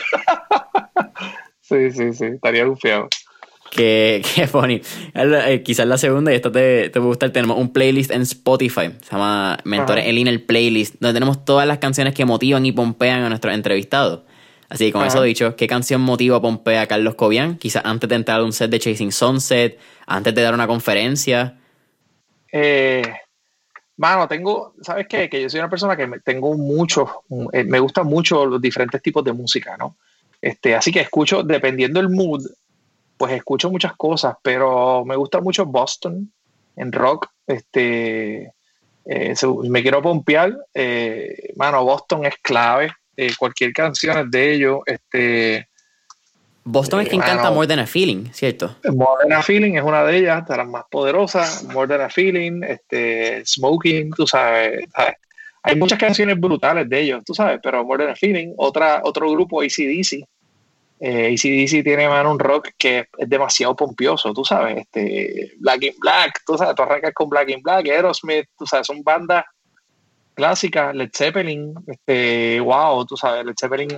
Sí, sí, sí. Estaría bufiado. Qué, qué funny. Eh, quizás la segunda, y esto te, te puede gustar, tenemos un playlist en Spotify. Se llama Mentores en Línea, el playlist, donde tenemos todas las canciones que motivan y pompean a nuestros entrevistados. Así que con Ajá. eso dicho, ¿qué canción motiva o pompea a Carlos Cobian? Quizás antes de entrar a un set de Chasing Sunset, antes de dar una conferencia. Eh... Mano, tengo, ¿sabes qué? Que yo soy una persona que me, tengo mucho, eh, me gustan mucho los diferentes tipos de música, ¿no? Este, así que escucho, dependiendo del mood, pues escucho muchas cosas, pero me gusta mucho Boston en rock. Este, eh, me quiero pompear, eh, mano, Boston es clave. Eh, cualquier canción de ellos, este. Boston es quien canta More Than a Feeling, ¿cierto? More Than a Feeling es una de ellas, de las más poderosas. More Than a Feeling, este, Smoking, tú sabes, sabes. Hay muchas canciones brutales de ellos, tú sabes, pero More Than a Feeling, otra, otro grupo, A C D C. Eh, A C D C tiene, man, un rock que es demasiado pompioso, tú sabes. Este, Black in Black, tú sabes, tú arrancas con Black in Black, Aerosmith, tú sabes, son bandas clásicas. Led Zeppelin, este, wow, tú sabes, Led Zeppelin.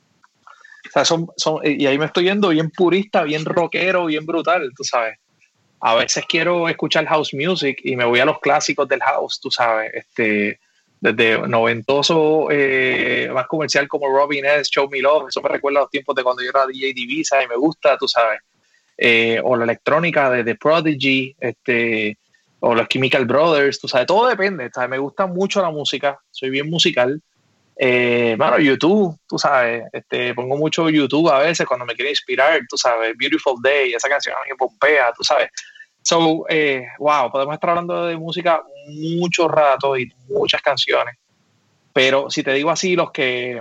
O sea, son, son, y ahí me estoy yendo bien purista, bien rockero, bien brutal, tú sabes. A veces quiero escuchar house music y me voy a los clásicos del house, tú sabes. Este, desde noventoso, eh, más comercial como Robin S., Show Me Love. Eso me recuerda a los tiempos de cuando yo era D J Divisa y me gusta, tú sabes. Eh, o la electrónica de The Prodigy, este, o los Chemical Brothers, tú sabes. Todo depende, ¿sabes? Me gusta mucho la música, soy bien musical. Eh, bueno, YouTube, tú sabes, este, pongo mucho YouTube a veces cuando me quiero inspirar, tú sabes, Beautiful Day, esa canción a mí me pompea, tú sabes. So, eh, wow, podemos estar hablando de música mucho rato y muchas canciones, pero si te digo así, los que,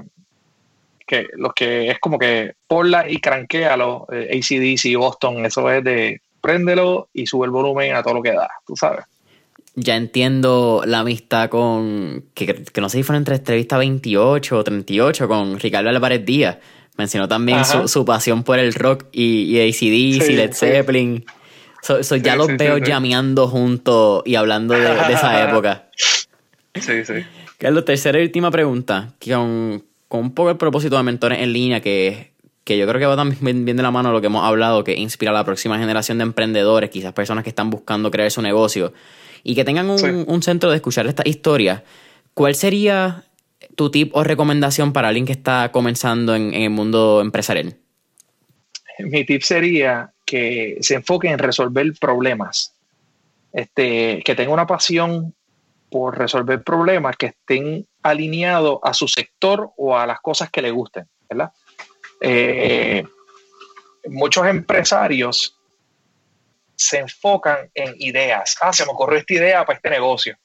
que los que es como que ponla y cranquéalo, eh, A C D C, Boston, eso es de préndelo y sube el volumen a todo lo que da, tú sabes. Ya entiendo la amistad con, que, que no sé si fue entre entrevista veintiocho o treinta y ocho con Ricardo Álvarez Díaz. Mencionó también su, su pasión por el rock y, y A C D C, sí, Led Zeppelin. Sí. So, so ya sí, los sí, veo sí, llameando sí. juntos y hablando de, de esa época. Sí, sí. Carlos, tercera y última pregunta, con, con un poco el propósito de Mentores en Línea, que, que yo creo que va también bien de la mano a lo que hemos hablado, que inspira a la próxima generación de emprendedores, quizás personas que están buscando crear su negocio, y que tengan un, sí. un centro de escuchar esta historia. ¿Cuál sería tu tip o recomendación para alguien que está comenzando en, en el mundo empresarial? Mi tip sería que se enfoque en resolver problemas este, que tengan una pasión por resolver problemas que estén alineados a su sector o a las cosas que le gusten, ¿verdad? Eh, muchos empresarios se enfocan en ideas. Ah, se me ocurrió esta idea para este negocio.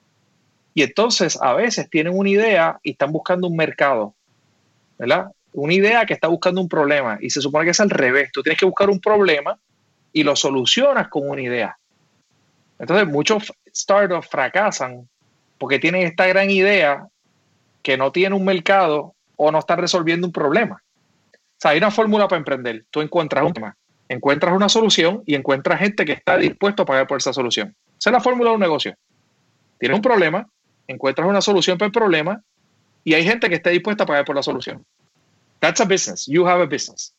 Y entonces a veces tienen una idea y están buscando un mercado, ¿verdad? Una idea que está buscando un problema y se supone que es al revés. Tú tienes que buscar un problema y lo solucionas con una idea. Entonces muchos startups fracasan porque tienen esta gran idea que no tiene un mercado o no está resolviendo un problema. O sea, hay una fórmula para emprender. Tú encuentras un tema, encuentras una solución y encuentras gente que está dispuesto a pagar por esa solución. Esa es la fórmula de un negocio. Tienes un problema, encuentras una solución para el problema y hay gente que esté dispuesta a pagar por la solución. That's a business. You have a business.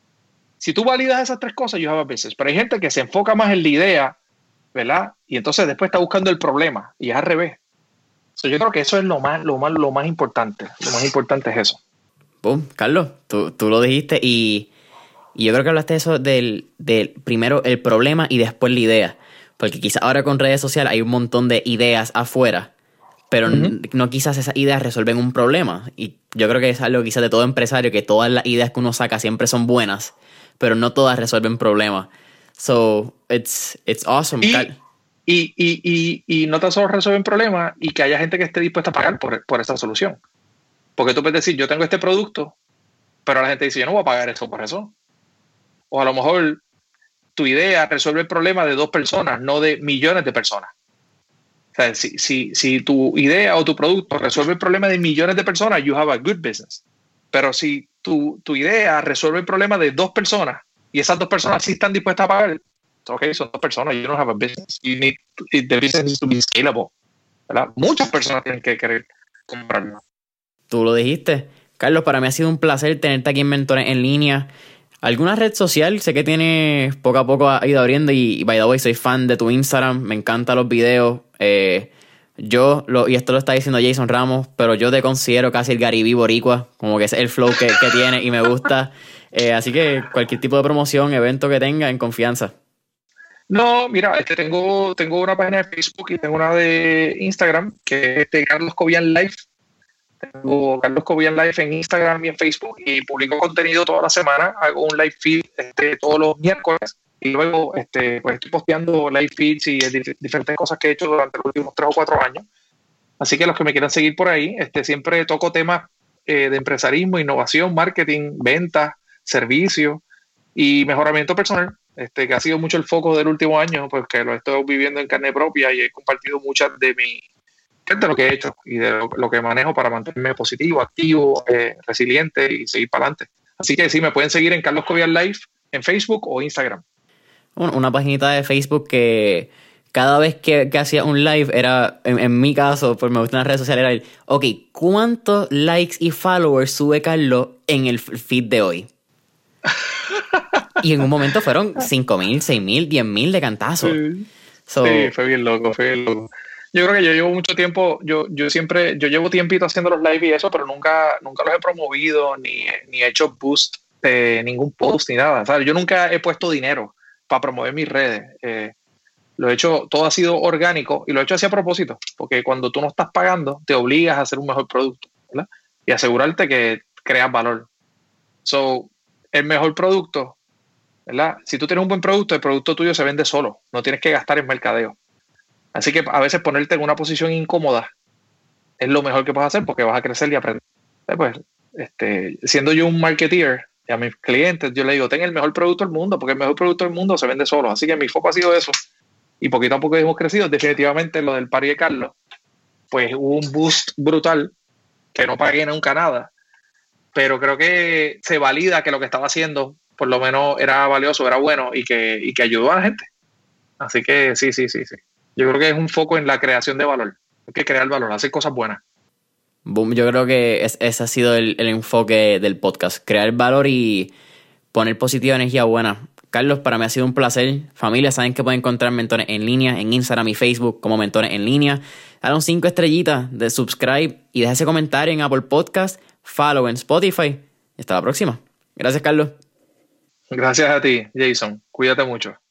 Si tú validas esas tres cosas, you have a business. Pero hay gente que se enfoca más en la idea, ¿verdad? Y entonces después está buscando el problema y es al revés. So, yo creo que eso es lo más, lo más, lo más importante. Lo más importante es eso. Boom, Carlos, tú, tú lo dijiste y, y yo creo que hablaste de eso del, del primero el problema y después la idea. Porque quizás ahora con redes sociales hay un montón de ideas afuera, pero uh-huh. no quizás esas ideas resuelven un problema. Y yo creo que es algo quizás de todo empresario, que todas las ideas que uno saca siempre son buenas, pero no todas resuelven problemas. So, it's, it's awesome. Y, y, y, y, y no tan solo resuelven problemas y que haya gente que esté dispuesta a pagar por, por esa solución. Porque tú puedes decir, yo tengo este producto, pero la gente dice, yo no voy a pagar eso por eso. O a lo mejor tu idea resuelve el problema de dos personas, no de millones de personas. O sea, si, si, si tu idea o tu producto resuelve el problema de millones de personas, you have a good business. Pero si tu, tu idea resuelve el problema de dos personas y esas dos personas sí están dispuestas a pagar, ok, son dos personas, you don't have a business. You need, the business needs to be scalable, ¿verdad? Muchas personas tienen que querer comprarlo. Tú lo dijiste. Carlos, para mí ha sido un placer tenerte aquí en Mentores en Línea. ¿Alguna red social? Sé que tienes poco a poco ha ido abriendo y, by the way, soy fan de tu Instagram. Me encantan los videos. Eh, yo, lo, y esto lo está diciendo Jason Ramos, pero yo te considero casi el Gary Vee boricua. Como que es el flow que, que tiene y me gusta. Eh, así que cualquier tipo de promoción, evento que tenga, en confianza. No, mira, este, tengo, tengo una página de Facebook y tengo una de Instagram, que es este Carlos Cobian Live. Tengo Carlos Cobian Live en Instagram y en Facebook y publico contenido toda la semana. Hago un live feed este, todos los miércoles y luego este, pues estoy posteando live feeds y dif- diferentes cosas que he hecho durante los últimos tres o cuatro años. Así que los que me quieran seguir por ahí, este, siempre toco temas eh, de empresarismo, innovación, marketing, ventas, servicios y mejoramiento personal, este, que ha sido mucho el foco del último año, pues que lo estoy viviendo en carne propia y he compartido muchas de mi de lo que he hecho y de lo, lo que manejo para mantenerme positivo, activo, eh, resiliente y seguir para adelante. Así que sí, me pueden seguir en Carlos Cobian Live en Facebook o Instagram. Una paginita de Facebook que cada vez que, que hacía un live era, en, en mi caso, pues me gustan las redes sociales, era el, ok, ¿cuántos likes y followers sube Carlos en el feed de hoy? Y en un momento fueron cinco mil, seis mil, diez mil de cantazo. Sí. So, sí, fue bien loco, fue bien loco. Yo creo que yo llevo mucho tiempo, yo, yo siempre, yo llevo tiempito haciendo los live y eso, pero nunca, nunca los he promovido, ni, ni he hecho boost, eh, ningún post, ni nada. ¿Sabes? Yo nunca he puesto dinero para promover mis redes. Eh, lo he hecho, todo ha sido orgánico y lo he hecho así a propósito, porque cuando tú no estás pagando, te obligas a hacer un mejor producto, ¿verdad? Y asegurarte que creas valor. So, el mejor producto, ¿verdad? Si tú tienes un buen producto, el producto tuyo se vende solo, no tienes que gastar en mercadeo. Así que a veces ponerte en una posición incómoda es lo mejor que puedes hacer porque vas a crecer y aprender. Pues, este, siendo yo un marketeer, a mis clientes yo le digo, ten el mejor producto del mundo, porque el mejor producto del mundo se vende solo. Así que mi foco ha sido eso. Y poquito a poco hemos crecido. Definitivamente lo del party de Carlos, pues hubo un boost brutal que no pagué nunca nada. Pero creo que se valida que lo que estaba haciendo por lo menos era valioso, era bueno y que, y que ayudó a la gente. Así que sí, sí, sí, sí. Yo creo que es un foco en la creación de valor. Hay que crear valor, hacer cosas buenas. Boom, yo creo que es, ese ha sido el, el enfoque del podcast. Crear valor y poner positiva energía buena. Carlos, para mí ha sido un placer. Familia, saben que pueden encontrar Mentores en Línea en Instagram y Facebook como Mentores en Línea. Dale un cinco estrellitas de subscribe y deja ese comentario en Apple Podcast, follow en Spotify. Y hasta la próxima. Gracias, Carlos. Gracias a ti, Jason. Cuídate mucho.